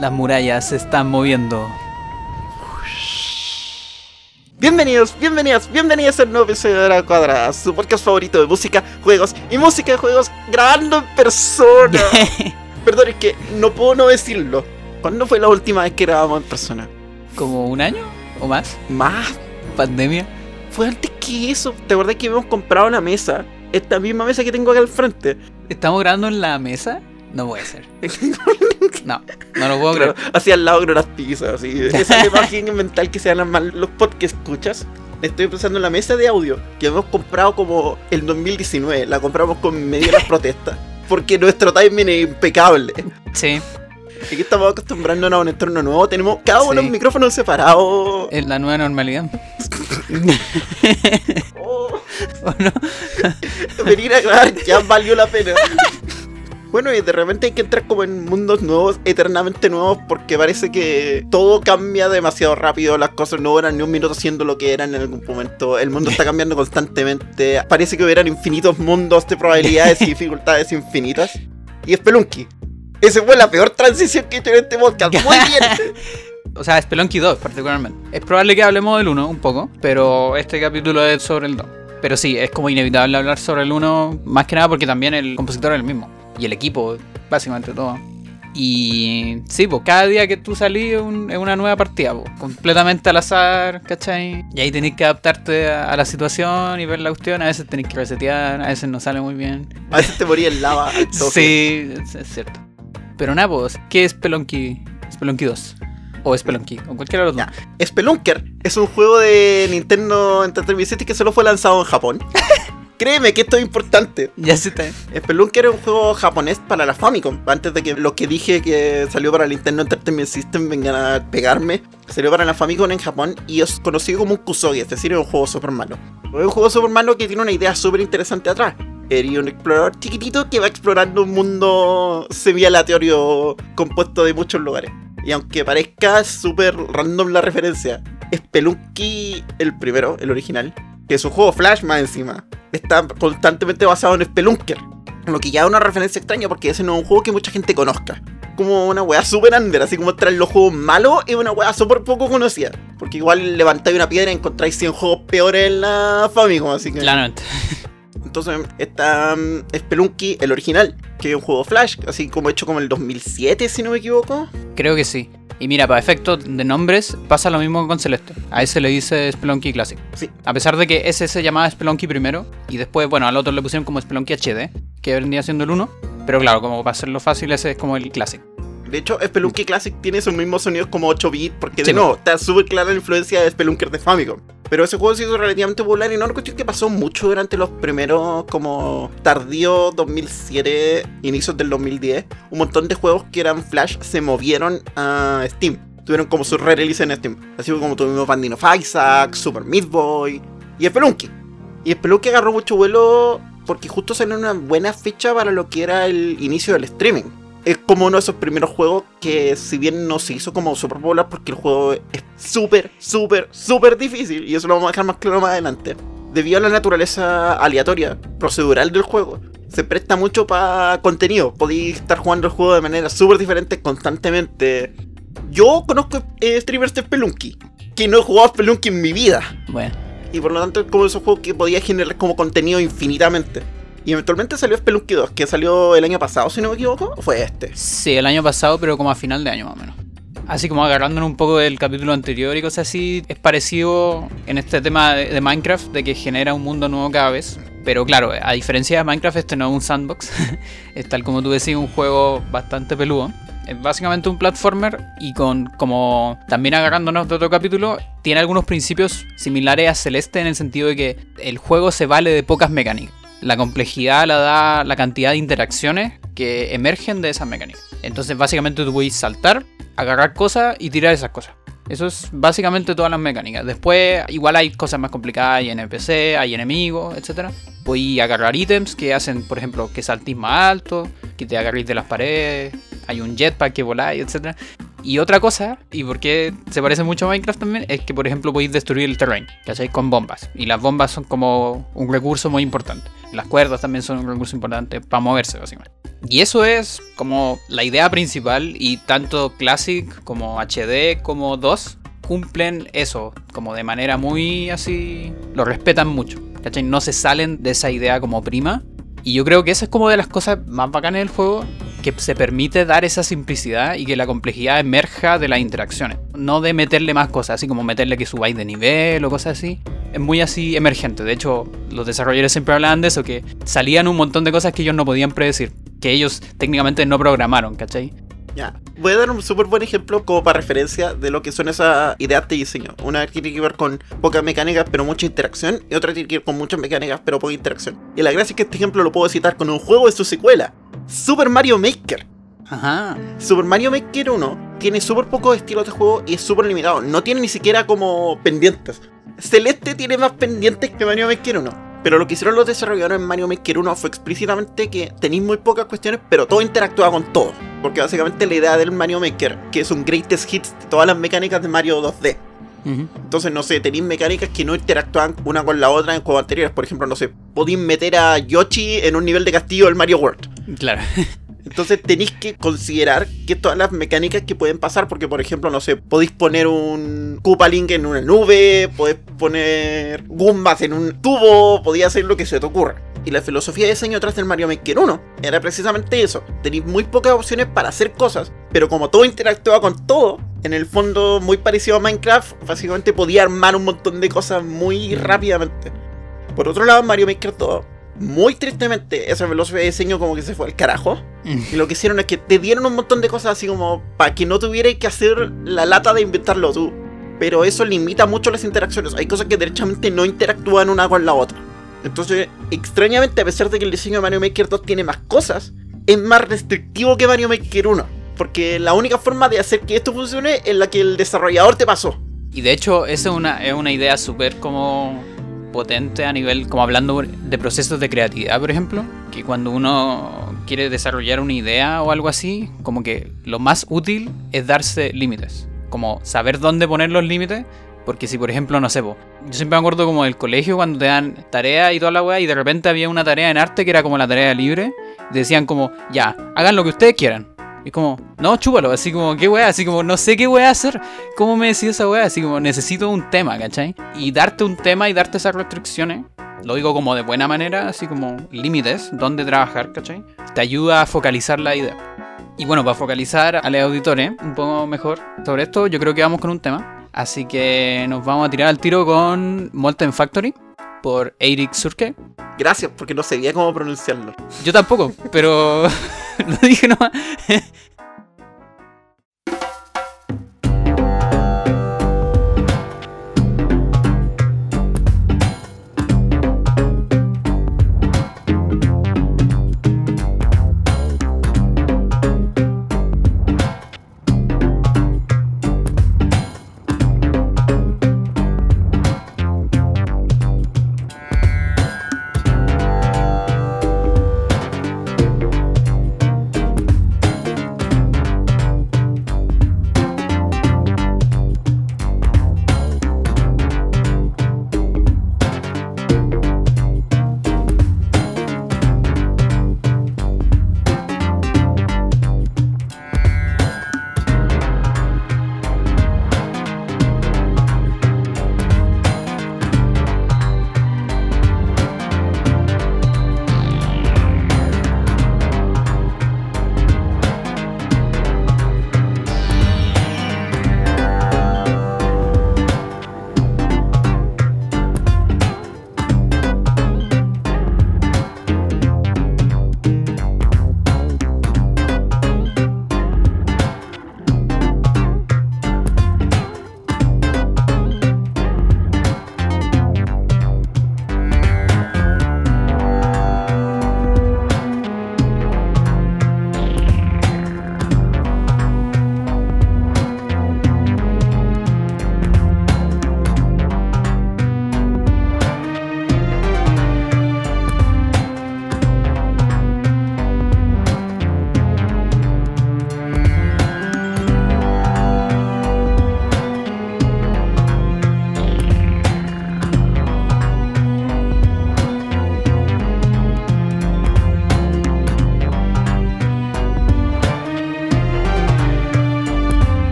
Las murallas se están moviendo. Bienvenidos a un nuevo episodio de Hora Cuadrada, su podcast favorito de música, juegos y música de juegos grabando en persona. Perdón, es que no puedo no decirlo. ¿Cuándo fue la última vez que grabamos en persona? ¿Como un año o más? ¿Más? ¿Pandemia? Fue antes que eso. ¿Te acordás que habíamos comprado una mesa? Esta misma mesa que tengo acá al frente. ¿Estamos grabando en la mesa? No puede ser. No lo puedo creer. Hacia al lado de unas pizzas, así. Esa imagen mental que se dan mal los podcasts que escuchas. Estoy pensando en la mesa de audio que hemos comprado como el 2019. La compramos con medio de las protestas. Porque nuestro timing es impecable. Sí. Aquí estamos acostumbrándonos a un entorno nuevo. Tenemos cada uno un micrófono separado. Es la nueva normalidad. ¿O no? Venir a grabar ya valió la pena. Bueno, y de repente hay que entrar como en mundos nuevos, eternamente nuevos, porque parece que todo cambia demasiado rápido, las cosas no duran ni un minuto siendo lo que eran en algún momento, el mundo está cambiando constantemente, parece que hubieran infinitos mundos de probabilidades y dificultades infinitas, y Spelunky. Esa fue la peor transición que he hecho en este podcast, muy bien. O sea, Spelunky 2 particularmente. Es probable que hablemos del 1 un poco, pero este capítulo es sobre el 2. Pero sí, es como inevitable hablar sobre el 1, más que nada porque también el compositor es el mismo. Y el equipo, básicamente todo. Y sí, pues cada día que tú salís es una nueva partida, pues, completamente al azar, ¿cachai? Y ahí tenés que adaptarte a la situación y ver la cuestión. A veces tenés que resetear, a veces no sale muy bien. A veces te morí en lava. Sí, es cierto. Pero nada, pues, ¿qué es Spelunky? Spelunky 2. O Spelunky, o cualquiera de los dos. Spelunker es un juego de Nintendo Entertainment System que solo fue lanzado en Japón. Créeme que esto es importante. Ya se está. Spelunker es un juego japonés para la Famicom. Antes de que lo que dije que salió para el Nintendo Entertainment System vengan a pegarme, salió para la Famicom en Japón y es conocido como un Kusogi, es decir, es un juego súper malo. Es un juego súper malo que tiene una idea súper interesante atrás. Eres un explorador chiquitito que va explorando un mundo semi-aleatorio compuesto de muchos lugares. Y aunque parezca súper random la referencia, Spelunky, el primero, el original, que es un juego Flash más encima, está constantemente basado en Spelunker. Lo que ya es una referencia extraña porque ese no es un juego que mucha gente conozca. Como una wea super under, así como tras los juegos malos es una wea súper poco conocida. Porque igual levantáis una piedra y encontráis 100 juegos peores en la Famicom, así que... Claramente. Entonces está Spelunky, el original, que es un juego Flash, así como hecho como el 2007, si no me equivoco. Creo que sí. Y mira, para efectos de nombres pasa lo mismo con Celeste. A ese le dice Spelunky Classic. Sí. A pesar de que ese se llamaba Spelunky primero y después, bueno, al otro le pusieron como Spelunky HD, que vendría siendo el 1. Pero claro, como para hacerlo fácil, ese es como el Classic. De hecho, Spelunky Classic tiene esos mismos sonidos como 8 bits, porque sí, de nuevo, está súper clara la influencia de Spelunker de Famicom. Pero ese juego se hizo relativamente popular y no es una cuestión que pasó mucho durante los primeros, como tardío 2007, inicios del 2010. Un montón de juegos que eran Flash se movieron a Steam. Tuvieron como su re-release en Steam. Así como tuvimos Binding of Isaac, Super Meat Boy y Spelunky. Y Spelunky agarró mucho vuelo porque justo salió una buena fecha para lo que era el inicio del streaming. Es como uno de esos primeros juegos que, si bien no se hizo como super popular, porque el juego es súper difícil, y eso lo vamos a dejar más claro más adelante, debido a la naturaleza aleatoria, procedural del juego, se presta mucho para contenido. Podéis estar jugando el juego de manera súper diferente constantemente. Yo conozco streamers de Spelunky, que no he jugado a Spelunky en mi vida. Bueno. Y por lo tanto es como esos juegos que podía generar como contenido infinitamente. Y eventualmente salió Spelunky 2, que salió el año pasado, si no me equivoco, ¿o fue este? Sí, el año pasado, pero como a final de año más o menos. Así como agarrándonos un poco del capítulo anterior y cosas así, es parecido en este tema de Minecraft, de que genera un mundo nuevo cada vez. Pero claro, a diferencia de Minecraft, este no es un sandbox. Es tal como tú decís, un juego bastante peludo. Es básicamente un platformer y como también agarrándonos de otro capítulo, tiene algunos principios similares a Celeste en el sentido de que el juego se vale de pocas mecánicas. La complejidad la da la cantidad de interacciones que emergen de esas mecánicas. Entonces básicamente tú puedes saltar, agarrar cosas y tirar esas cosas. Eso es básicamente todas las mecánicas. Después igual hay cosas más complicadas, hay NPC, hay enemigos, etc. Puedes agarrar ítems que hacen, por ejemplo, que saltís más alto, que te agarrís de las paredes, hay un jetpack que voláis, etc. Y otra cosa, y por qué se parece mucho a Minecraft también, es que por ejemplo podéis destruir el terreno, ¿cachai? Con bombas. Y las bombas son como un recurso muy importante. Las cuerdas también son un recurso importante para moverse, básicamente. Y eso es como la idea principal, y tanto Classic como HD como 2 cumplen eso, como de manera muy así, lo respetan mucho, ¿cachai? No se salen de esa idea como prima. Y yo creo que esa es como de las cosas más bacanas del juego, que se permite dar esa simplicidad y que la complejidad emerja de las interacciones. No de meterle más cosas, así como meterle que subáis de nivel o cosas así. Es muy así emergente. De hecho, los desarrolladores siempre hablaban de eso, que salían un montón de cosas que ellos no podían predecir, que ellos técnicamente no programaron, ¿cachai? Ya, voy a dar un súper buen ejemplo como para referencia de lo que son esas ideas de diseño. Una tiene que ver con pocas mecánicas pero mucha interacción, y otra tiene que ver con muchas mecánicas pero poca interacción. Y la gracia es que este ejemplo lo puedo citar con un juego de su secuela, Super Mario Maker. Ajá. Super Mario Maker 1 tiene súper pocos estilos de juego y es súper limitado. No tiene ni siquiera como pendientes. Celeste tiene más pendientes que Mario Maker 1. Pero lo que hicieron los desarrolladores en Mario Maker 1 fue explícitamente que tenéis muy pocas cuestiones, pero todo interactúa con todo. Porque básicamente la idea del Mario Maker, que es un greatest hits de todas las mecánicas de Mario 2D. Entonces, no sé, tenéis mecánicas que no interactúan una con la otra en juegos anteriores. Por ejemplo, no sé, podéis meter a Yoshi en un nivel de castillo del Mario World. Claro. Entonces tenéis que considerar que todas las mecánicas que pueden pasar, porque por ejemplo, no sé, podéis poner un Koopa Link en una nube, podéis poner Goombas en un tubo, podéis hacer lo que se te ocurra. Y la filosofía de diseño atrás del Mario Maker 1 era precisamente eso. Tenéis muy pocas opciones para hacer cosas, pero como todo interactúa con todo, en el fondo muy parecido a Minecraft, básicamente podía armar un montón de cosas muy rápidamente. Por otro lado, Mario Maker 2, muy tristemente, esa filosofía de diseño como que se fue al carajo. Y lo que hicieron es que te dieron un montón de cosas así como para que no tuvierais que hacer la lata de inventarlo tú. Pero eso limita mucho las interacciones. Hay cosas que derechamente no interactúan una con la otra. Entonces, extrañamente, a pesar de que el diseño de Mario Maker 2 tiene más cosas, es más restrictivo que Mario Maker 1. Porque la única forma de hacer que esto funcione es la que el desarrollador te pasó. Y de hecho, esa es una idea súper como potente a nivel, como hablando de procesos de creatividad, por ejemplo, que cuando uno quiere desarrollar una idea o algo así, como que lo más útil es darse límites, como saber dónde poner los límites, porque si por ejemplo, no sé, yo siempre me acuerdo como del colegio cuando te dan tarea y toda la weá, y de repente había una tarea en arte que era como la tarea libre, y decían como, ya, hagan lo que ustedes quieran. Y como, no, chúpalo, así como, ¿qué weá? Así como, no sé qué weá hacer. ¿Cómo me decido esa weá? Así como, necesito un tema, ¿cachai? Y darte un tema y darte esas restricciones, lo digo como de buena manera, así como límites, dónde trabajar, ¿cachai? Te ayuda a focalizar la idea. Y bueno, para focalizar a los auditores un poco mejor sobre esto, yo creo que vamos con un tema. Así que nos vamos a tirar al tiro con Molten Factory, por Eirik Surke. Gracias, porque no sabía cómo pronunciarlo. Yo tampoco, pero lo dije nomás.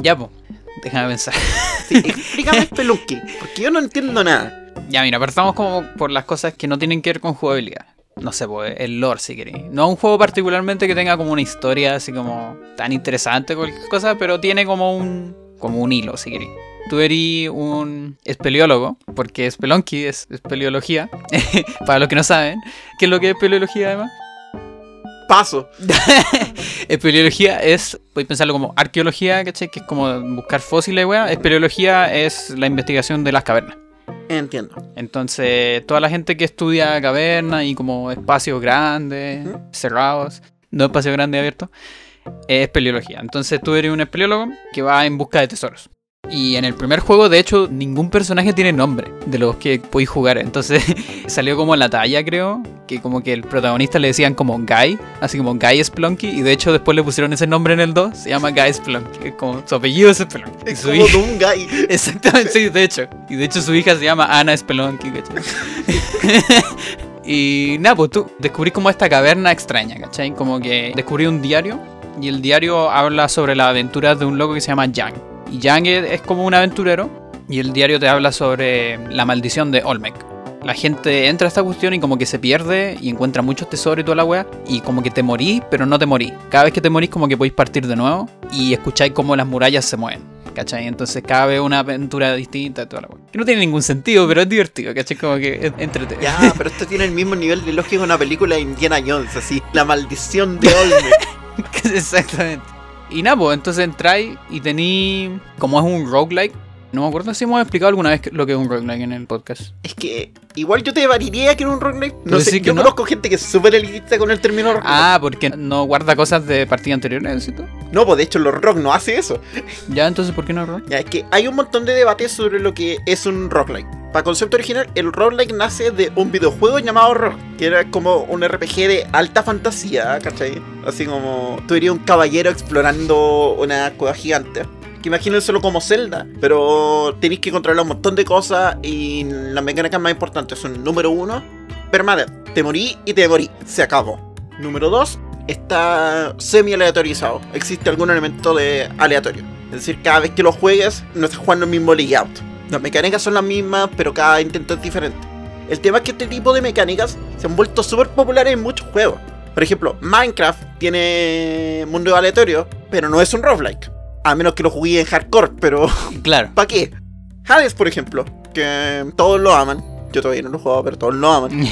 Ya, pues, déjame pensar. Sí, explícame Spelunky, porque yo no entiendo nada. Ya, mira, partamos como por las cosas que no tienen que ver con jugabilidad. No sé, pues, el lore, si queréis. No un juego particularmente que tenga como una historia así como tan interesante o cualquier cosa, pero tiene como un hilo, si queréis. Tú eres un espeleólogo, porque Spelunky es espeleología. Para los que no saben, ¿qué es lo que es espeleología además? Paso. Espeleología es, podéis pensarlo como arqueología, ¿cachai? Que es como buscar fósiles, weá. Espeleología es la investigación de las cavernas. Entiendo. Entonces, toda la gente que estudia cavernas y como espacios grandes, cerrados, no espacios grandes abiertos, es espeleología. Entonces, tú eres un espeleólogo que va en busca de tesoros. Y en el primer juego, de hecho, ningún personaje tiene nombre de los que podéis jugar. Entonces salió como la talla, creo, que como que el protagonista le decían como Guy, así como Guy Spelunky. Y de hecho después le pusieron ese nombre en el 2, se llama Guy Spelunky. Es como su apellido es Spelunky. Es como un Guy. Exactamente, sí, de hecho. Y de hecho su hija se llama Ana Spelunky, ¿cachai? Y nada, pues tú descubrís como esta caverna extraña, ¿cachai? Como que descubrí un diario. Y el diario habla sobre las aventuras de un loco que se llama Yang. Y Yang es como un aventurero. Y el diario te habla sobre la maldición de Olmec. La gente entra a esta cuestión y como que se pierde y encuentra muchos tesoros y toda la wea. Y como que te morís, pero no te morís. Cada vez que te morís como que podéis partir de nuevo. Y escucháis cómo las murallas se mueven, ¿cachai? Entonces cada vez una aventura distinta y toda la wea. Que no tiene ningún sentido, pero es divertido, ¿cachai? Como que es entretenido. Ya, pero esto tiene el mismo nivel de lógica que una película de Indiana Jones, así. La maldición de Olmec. Exactamente. Y nada, pues entonces entráis y tení, como es un roguelike, no me acuerdo si hemos explicado alguna vez lo que es un roguelike en el podcast. Es que igual yo te variaría que era un roguelike. No Pero sé, sí que yo no. conozco gente que es súper elitista con el término roguelike. Ah, porque no guarda cosas de partidas anteriores, ¿cierto? No, pues de hecho los rock no hace eso. Ya, entonces, ¿por qué no roguelike? Ya, es que hay un montón de debates sobre lo que es un roguelike. Para concepto original, el roguelike nace de un videojuego llamado Rogue, que era como un RPG de alta fantasía, ¿cachai? Así como tú eres un caballero explorando una cueva gigante. Que imagínenselo como Zelda, pero tenéis que controlar un montón de cosas y las mecánicas más importantes son: número 1, permanente. Te morí y te morí. Se acabó. Número 2, está semi-aleatorizado. Existe algún elemento de aleatorio. Es decir, cada vez que lo juegues, no estás jugando el mismo layout. Las mecánicas son las mismas, pero cada intento es diferente. El tema es que este tipo de mecánicas se han vuelto súper populares en muchos juegos. Por ejemplo, Minecraft tiene mundo aleatorio, pero no es un roguelike. A menos que lo jugué en hardcore, pero Claro. ¿para qué? Hades, por ejemplo, que todos lo aman. Yo todavía no lo he jugado, pero todos lo aman.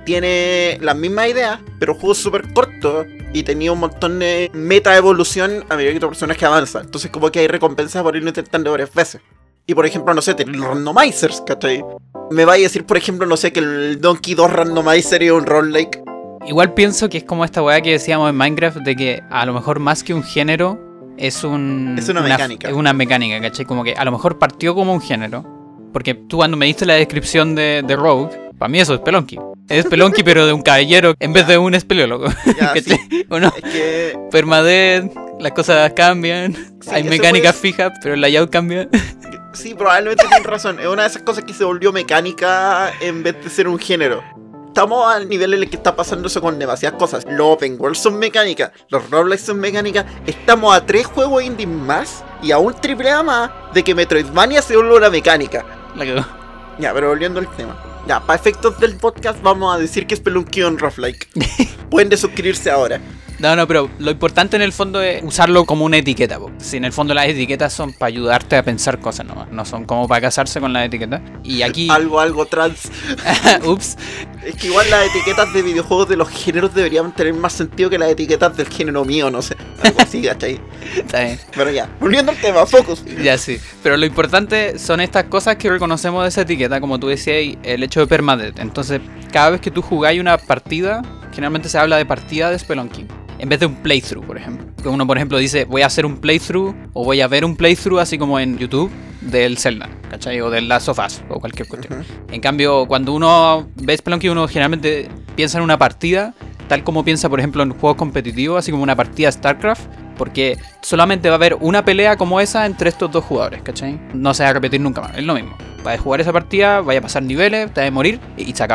Tiene las mismas ideas, pero juego súper corto y tenía un montón de meta evolución a medida que tu personaje avanza. Entonces como que hay recompensas por irlo intentando varias veces. Y por ejemplo, no sé, tenés randomizers, ¿cachai? Me vaya a decir, por ejemplo, no sé, que el Donkey 2 randomizer es un roguelike. Igual pienso que es como esta weá que decíamos en Minecraft, de que a lo mejor más que un género es una mecánica. Es una mecánica, ¿cachai? Como que a lo mejor partió como un género. Porque tú cuando me diste la descripción de Rogue, para mí eso es Spelunky. Es Spelunky pero de un caballero en vez de un espeleólogo. Ya, ¿Cachai? sí. ¿O no? Es que Permadeath, las cosas cambian, Sí, hay eso mecánicas puede- fijas, pero el layout cambia. sí, probablemente tienes razón. Es una de esas cosas que se volvió mecánica en vez de ser un género. Estamos al nivel en el que está pasando eso con demasiadas cosas. Los open world son mecánicas, los roguelikes son mecánicas. Estamos a 3 juegos indie más y a un AAA más de que Metroidvania se vuelva una mecánica. La cagó. Ya, pero volviendo al tema. Ya, para efectos del podcast vamos a decir que es Spelunky un roguelike. Pueden desuscribirse ahora. No, pero lo importante en el fondo es usarlo como una etiqueta, po. Si en el fondo las etiquetas son para ayudarte a pensar cosas nomás, no son como para casarse con las etiquetas. Y aquí... Algo trans. Ups. Es que igual las etiquetas de videojuegos de los géneros deberían tener más sentido que las etiquetas del género mío, no sé. Algo así, ¿cachai? Está bien. Pero ya, volviendo al tema, focus. Ya sí. Pero lo importante son estas cosas que reconocemos de esa etiqueta, como tú decías, el hecho de permadeath. Entonces, cada vez que tú jugáis una partida, generalmente se habla de partida de Spelunky, en vez de un playthrough, por ejemplo. Que uno, por ejemplo, dice, voy a hacer un playthrough, o voy a ver un playthrough, así como en YouTube, del Zelda, ¿cachai? O del Last of Us, o cualquier cuestión. En cambio, cuando uno ve Spelunky, uno generalmente piensa en una partida, tal como piensa, por ejemplo, en juegos competitivos, así como una partida de StarCraft, porque solamente va a haber una pelea como esa entre estos dos jugadores, ¿cachai? No se va a repetir nunca más, es lo mismo. Vas a jugar esa partida, vaya a pasar niveles, te vas a morir y se acabó.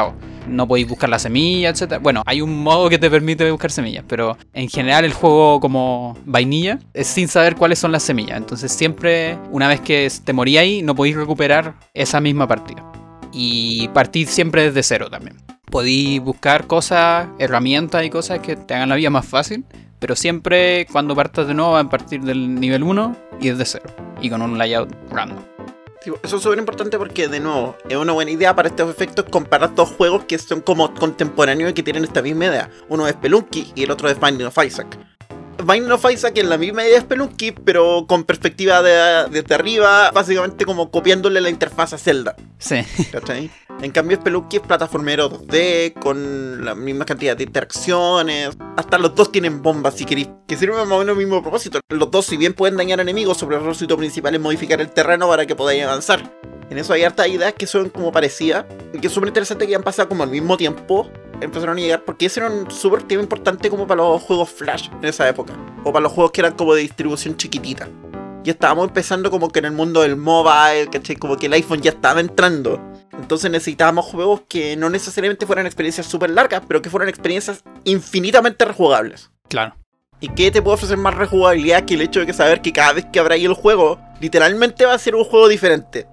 no podéis buscar la semilla, etc. Bueno, hay un modo que te permite buscar semillas, pero en general el juego como vainilla es sin saber cuáles son las semillas. Entonces siempre, una vez que te morí ahí, no podéis recuperar esa misma partida. Y partid siempre desde cero también. Podéis buscar cosas, herramientas y cosas que te hagan la vida más fácil, pero siempre cuando partas de nuevo va a partir del nivel 1 y desde cero, y con un layout random. Sí, eso es súper importante porque, de nuevo, es una buena idea para estos efectos comparar dos juegos que son como contemporáneos y que tienen esta misma idea. Uno es Spelunky y el otro es Binding of Isaac. Binding of Isaac es la misma idea de Spelunky, pero con perspectiva desde arriba, básicamente como copiándole la interfaz a Zelda. Sí. ¿Cachai? En cambio, Spelunky es plataformero 2D, con la misma cantidad de interacciones. Hasta los dos tienen bombas, si queréis, que sirven más o menos el mismo propósito. Los dos, si bien pueden dañar enemigos, su propósito principal es modificar el terreno para que podáis avanzar. En eso hay hartas ideas que son como parecidas, y que es súper interesante que han pasado como al mismo tiempo, empezaron a llegar, porque ese era un súper tema importante como para los juegos Flash en esa época, o para los juegos que eran como de distribución chiquitita. Y estábamos empezando como que en el mundo del mobile, ¿cachai? Como que el iPhone ya estaba entrando. Entonces necesitábamos juegos que no necesariamente fueran experiencias súper largas, pero que fueran experiencias infinitamente rejugables. Claro. ¿Y qué te puede ofrecer más rejugabilidad que el hecho de que saber que cada vez que abráis el juego, literalmente va a ser un juego diferente?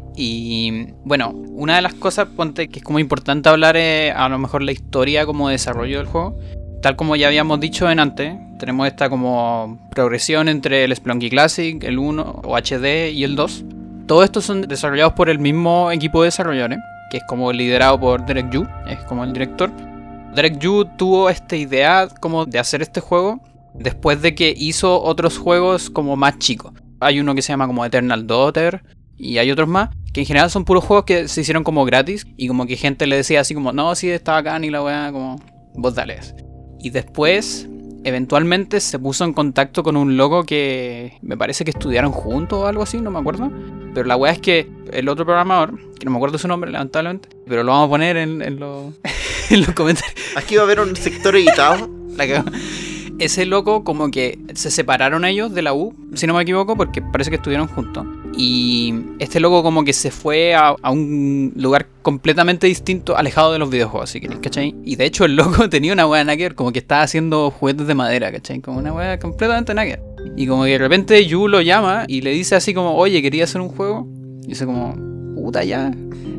Y bueno, una de las cosas, ponte, que es como importante hablar es a lo mejor la historia como desarrollo del juego. Tal como ya habíamos dicho en antes, tenemos esta como progresión entre el Spelunky Classic, el 1 o HD y el 2. Todos estos son desarrollados por el mismo equipo de desarrolladores, que es como liderado por Derek Yu, es como el director. Derek Yu tuvo esta idea como de hacer este juego después de que hizo otros juegos como más chicos. Hay uno que se llama como Eternal Daughter y hay otros más, que en general son puros juegos que se hicieron como gratis y como que gente le decía así como, no, sí, está bacán y la weá, como, vos dale eso. Y después, eventualmente se puso en contacto con un loco que me parece que estudiaron juntos o algo así, no me acuerdo. Pero la weá es que el otro programador, que no me acuerdo su nombre, lamentablemente, pero lo vamos a poner en los comentarios. Aquí va a haber un sector editado. La cagó. Ese loco como que se separaron ellos de la U, si no me equivoco, porque parece que estuvieron juntos. Y este loco como que se fue a un lugar completamente distinto, alejado de los videojuegos, si queréis, ¿cachai? Y de hecho el loco tenía una wea nugget, como que estaba haciendo juguetes de madera, ¿cachai? Como una wea completamente nugget. Y como que de repente Yu lo llama y le dice así como, oye, ¿quería hacer un juego? Y dice como, puta ya.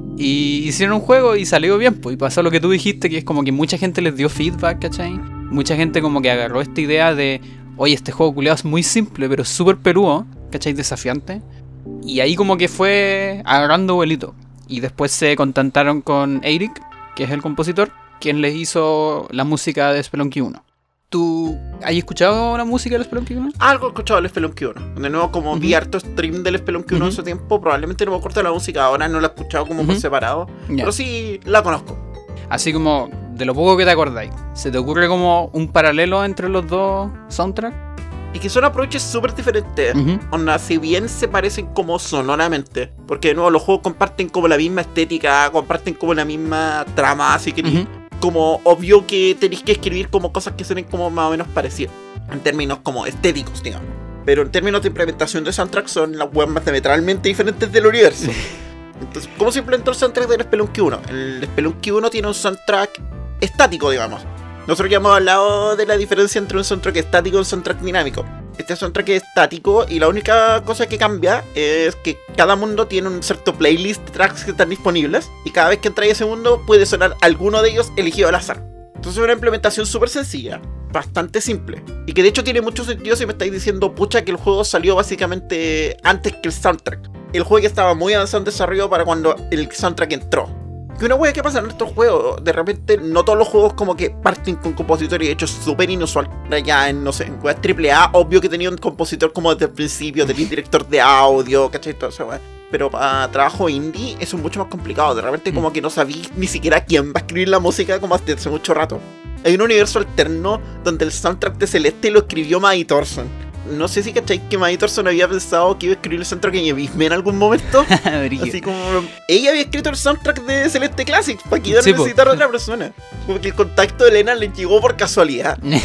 Y hicieron un juego y salió bien, pues. Y pasó lo que tú dijiste, que es como que mucha gente les dio feedback, ¿cachai? Mucha gente como que agarró esta idea de, oye, este juego culiado es muy simple, pero súper peludo, ¿cachai? Desafiante. Y ahí como que fue agarrando vuelito. Y después se contactaron con Eric, que es el compositor, quien les hizo la música de Spelunky 1. ¿Tú has escuchado la música del Spelunky 1? Algo he escuchado del Spelunky 1. De nuevo, como vi harto stream del Spelunky 1 en su tiempo, probablemente no me acuerdo de la música ahora, no la he escuchado como por separado, pero sí la conozco. Así como, de lo poco que te acordáis, ¿se te ocurre como un paralelo entre los dos soundtracks? Y que son approaches súper diferentes. Onda, si bien se parecen como sonoramente, porque de nuevo los juegos comparten como la misma estética, comparten como la misma trama, así que como obvio que tenéis que escribir como cosas que suenen como más o menos parecidas, en términos como estéticos, digamos. Pero en términos de implementación de soundtrack son las webs más diametralmente diferentes del universo. Entonces, ¿cómo se implementó el soundtrack del Spelunky 1? El Spelunky 1 tiene un soundtrack estático, digamos. Nosotros ya hemos hablado de la diferencia entre un soundtrack estático y un soundtrack dinámico. Este soundtrack es estático y la única cosa que cambia es que cada mundo tiene un cierto playlist de tracks que están disponibles y cada vez que entráis a ese mundo puede sonar alguno de ellos elegido al azar. Entonces es una implementación súper sencilla, bastante simple, y que de hecho tiene mucho sentido si me estáis diciendo, pucha, que el juego salió básicamente antes que el soundtrack. El juego ya estaba muy avanzado en desarrollo para cuando el soundtrack entró. Que una wea que pasa en estos juegos, de repente no todos los juegos como que parten con compositores, y de hecho es súper inusual. Ya en, no sé, en weas AAA, obvio que tenía un compositor como desde el principio, tenía un director de audio, ¿cachai? Todo eso, wea. Pero para trabajo indie eso es mucho más complicado. De repente como que no sabí ni siquiera quién va a escribir la música como desde hace mucho rato. Hay un universo alterno donde el soundtrack de Celeste lo escribió Maddie Thorson. No sé si cachai que Maddie Thorson había pensado que iba a escribir el soundtrack en Yvisme en algún momento. Así como ella había escrito el soundtrack de Celeste Classic para que iba a necesitar a otra persona. Como que el contacto de Elena le llegó por casualidad.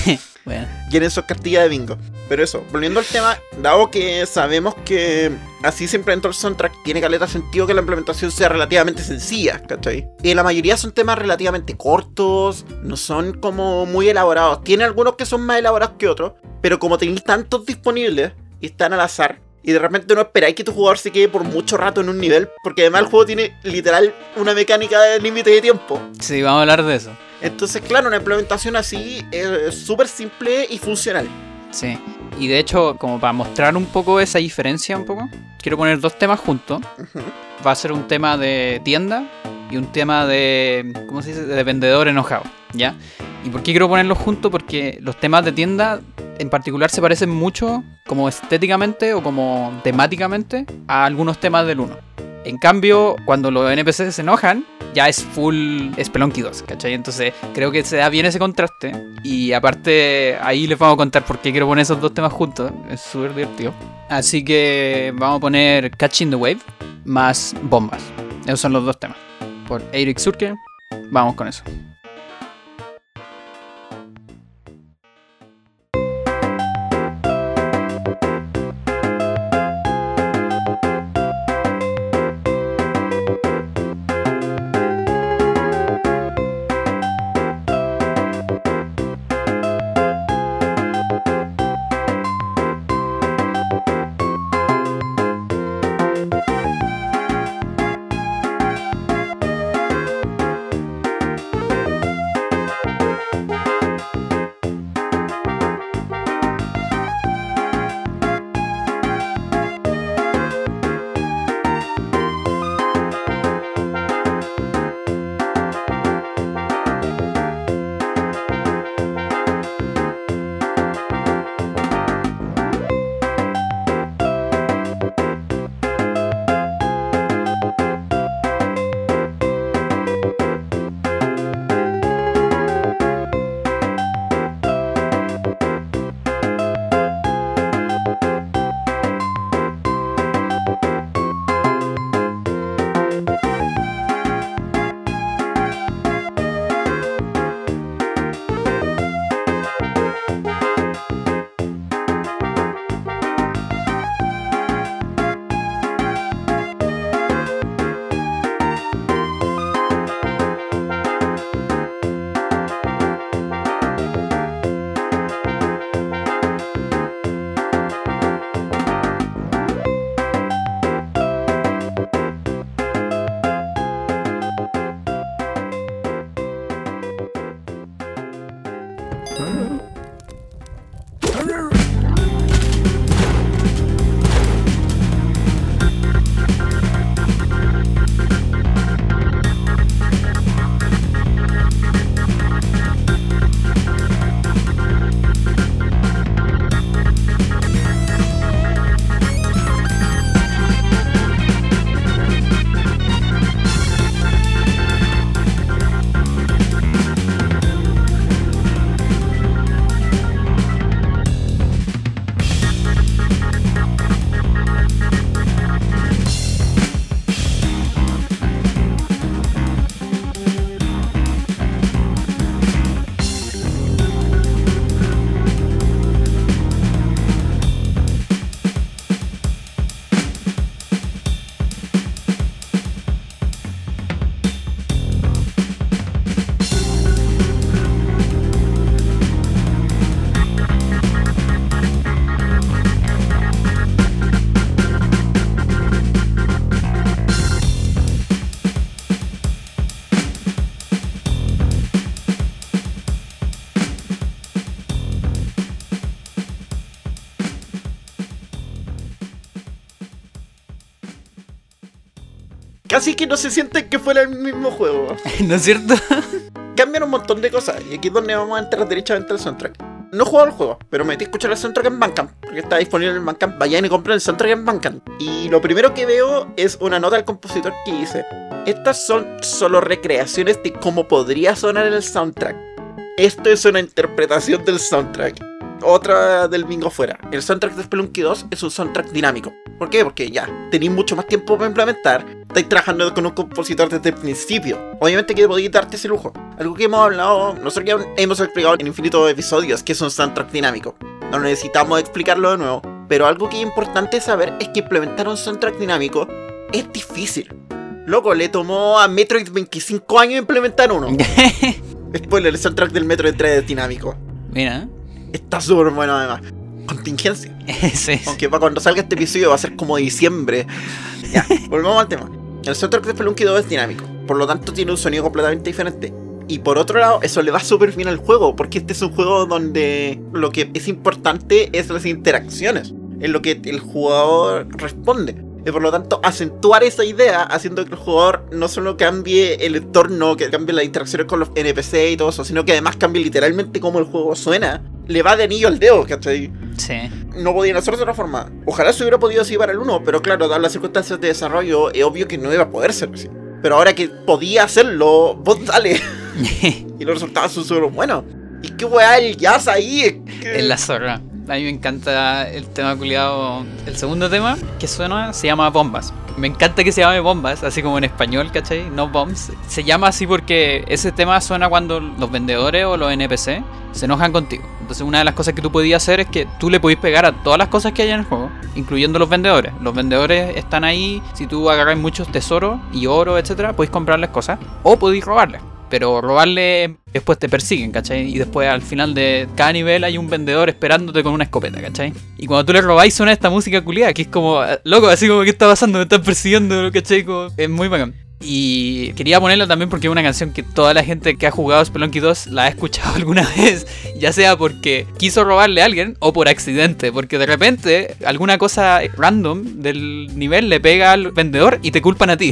Bueno. Llenen sus cartillas de bingo. Pero eso, volviendo al tema, dado que sabemos que así se implementó el soundtrack, tiene caleta sentido que la implementación sea relativamente sencilla, ¿cachai? Y la mayoría son temas relativamente cortos, no son como muy elaborados. Tiene algunos que son más elaborados que otros, pero como tenéis tantos disponibles y están al azar, y de repente no esperáis que tu jugador se quede por mucho rato en un nivel, porque además el juego tiene literal una mecánica de límite de tiempo. Sí, vamos a hablar de eso. Entonces, claro, una implementación así es súper simple y funcional. Sí. Y de hecho, como para mostrar un poco esa diferencia un poco, quiero poner dos temas juntos. Ujú. Va a ser un tema de tienda y un tema de, ¿cómo se dice?, de vendedor enojado, ¿ya? ¿Y por qué quiero ponerlos juntos? Porque los temas de tienda en particular se parecen mucho como estéticamente o como temáticamente a algunos temas del 1. En cambio, cuando los NPCs se enojan, ya es full Spelunky 2, ¿cachai? Entonces creo que se da bien ese contraste. Y aparte, ahí les vamos a contar por qué quiero poner esos dos temas juntos. Es súper divertido. Así que vamos a poner Catching the Wave más Bombas. Esos son los dos temas. Por Eirik Surke, vamos con eso. Casi que no se siente que fuera el mismo juego. ¿No es cierto? Cambian un montón de cosas, y aquí es donde vamos a entrar derechamente al soundtrack. No he jugado el juego, pero me metí a escuchar el soundtrack en Bandcamp, porque está disponible en Bandcamp. Vayan y compren el soundtrack en Bandcamp. Y lo primero que veo es una nota del compositor que dice: estas son solo recreaciones de cómo podría sonar el soundtrack. Esto es una interpretación del soundtrack. Otra del bingo fuera. El soundtrack de Spelunky 2 es un soundtrack dinámico. ¿Por qué? Porque ya tenéis mucho más tiempo para implementar. estáis trabajando con un compositor desde el principio. Obviamente que podéis darte ese lujo. Algo que hemos hablado, nosotros ya hemos explicado en infinitos episodios, que es un soundtrack dinámico. No necesitamos explicarlo de nuevo. Pero algo que es importante saber es que implementar un soundtrack dinámico es difícil. Loco, le tomó a Metroid 25 años implementar uno. Spoiler, el soundtrack del Metroid 3 es dinámico. Mira. Está súper bueno además. Contingencia. Sí. Aunque para cuando salga este episodio va a ser como diciembre. Ya, volvamos al tema. El soundtrack de Spelunky 2 es dinámico, por lo tanto tiene un sonido completamente diferente. Y por otro lado, eso le va súper bien al juego, porque este es un juego donde lo que es importante es las interacciones, en lo que el jugador responde. Y por lo tanto, acentuar esa idea, haciendo que el jugador no solo cambie el entorno, que cambie las interacciones con los NPC y todo eso, sino que además cambie literalmente cómo el juego suena, le va de anillo al dedo, ¿cachai? Sí. No podían hacerlo de otra forma. Ojalá se hubiera podido así para el 1, pero claro, dadas las circunstancias de desarrollo, es obvio que no iba a poder ser así. Pero ahora que podía hacerlo, vos dale. Y los resultados son súper buenos. ¿Y qué weá el jazz ahí? Es la zorra. A mí me encanta el tema culiado. El segundo tema que suena se llama Bombas. Me encanta que se llame Bombas, así como en español, ¿cachai? No Bombs. Se llama así porque ese tema suena cuando los vendedores o los NPC se enojan contigo. Entonces una de las cosas que tú podías hacer es que tú le podías pegar a todas las cosas que hay en el juego, incluyendo los vendedores. Los vendedores están ahí, si tú agarras muchos tesoros y oro, etcétera, podéis comprarles cosas o podéis robarles. Pero robarle después te persiguen, ¿cachai? Y después al final de cada nivel hay un vendedor esperándote con una escopeta, ¿cachai? Y cuando tú le robáis suena esta música culiada, que es como, loco, así como, ¿qué está pasando? Me están persiguiendo, ¿cachai? Como, es muy bacán. Y quería ponerla también porque es una canción que toda la gente que ha jugado Spelunky 2 la ha escuchado alguna vez, ya sea porque quiso robarle a alguien o por accidente, porque de repente alguna cosa random del nivel le pega al vendedor y te culpan a ti.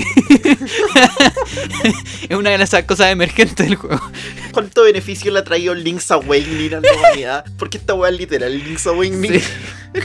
Es una de esas cosas emergentes del juego. ¿Cuánto beneficio le ha traído Link's Awakening a la humanidad? Porque esta weá es literal, Link's Awakening. Sí.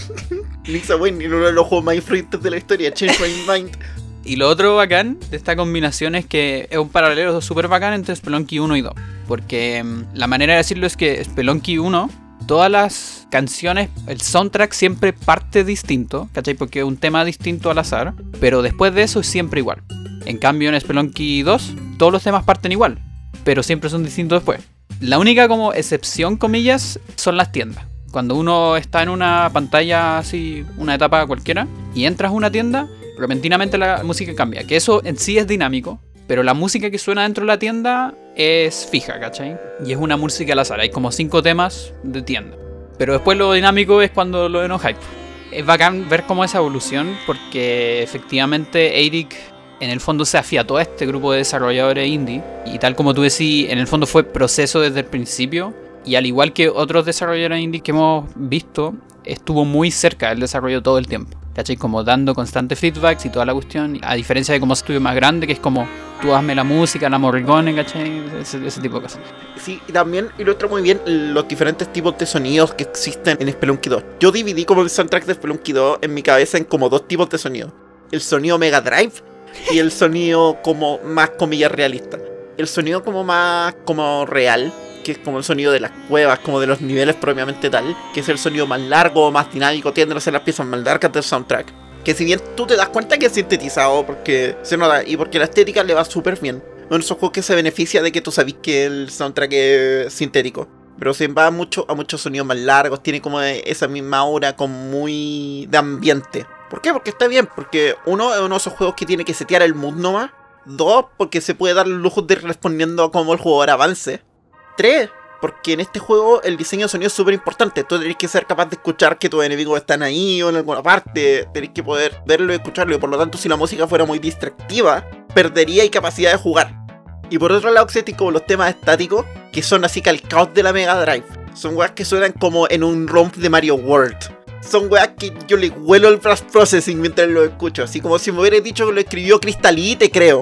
Link's Awakening, uno de los juegos más influyentes de la historia, Change My Mind. Y lo otro bacán de esta combinación es que es un paralelo súper bacán entre Spelunky 1 y 2. Porque la manera de decirlo es que Spelunky 1, todas las canciones, el soundtrack siempre parte distinto, ¿cachai? Porque es un tema distinto al azar, pero después de eso es siempre igual. En cambio en Spelunky 2, todos los temas parten igual, pero siempre son distintos después. La única como excepción, comillas, son las tiendas. Cuando uno está en una pantalla así, una etapa cualquiera, y entras a una tienda, repentinamente la música cambia, que eso en sí es dinámico, pero la música que suena dentro de la tienda es fija, ¿cachai? Y es una música al azar, hay como 5 temas de tienda. Pero después lo dinámico es cuando lo enojáis. Es bacán ver cómo esa evolución, porque efectivamente Eirik en el fondo se afiató a este grupo de desarrolladores indie, y tal como tú decís, en el fondo fue proceso desde el principio, y al igual que otros desarrolladores indie que hemos visto, estuvo muy cerca del desarrollo todo el tiempo, ¿cachai? Como dando constante feedbacks y toda la cuestión, a diferencia de como estudio más grande, que es como tú hazme la música, la Morricone, ¿cachai? Ese tipo de cosas. Sí, y también ilustra muy bien los diferentes tipos de sonidos que existen en Spelunky 2. Yo dividí como el soundtrack de Spelunky 2 en mi cabeza en como 2 tipos de sonido. El sonido Mega Drive y el sonido como más, comillas, realista. El sonido como más como real, que es como el sonido de las cuevas, como de los niveles propiamente tal, que es el sonido más largo, más dinámico, tienden a ser las piezas más largas del soundtrack. Que si bien tú te das cuenta que es sintetizado, porque se nota, y porque la estética le va súper bien. Bueno, esos juegos que se beneficia de que tú sabes que el soundtrack es sintético. Pero se va mucho a muchos sonidos más largos, tiene como esa misma aura como muy de ambiente. ¿Por qué? Porque está bien, porque uno es uno de esos juegos que tiene que setear el mood nomás. 2, porque se puede dar el lujo de ir respondiendo a cómo el jugador avance. 3, porque en este juego el diseño de sonido es súper importante. Tú tenés que ser capaz de escuchar que tus enemigos están ahí o en alguna parte. Tenés que poder verlo y escucharlo. Y por lo tanto, si la música fuera muy distractiva, perdería capacidad de jugar. Y por otro lado, existen como los temas estáticos, que son así calcados de la Mega Drive. Son weas que suenan como en un ROM de Mario World. Son weas que yo le huelo el flash processing mientras lo escucho. Así como si me hubieras dicho que lo escribió Crystalite, creo.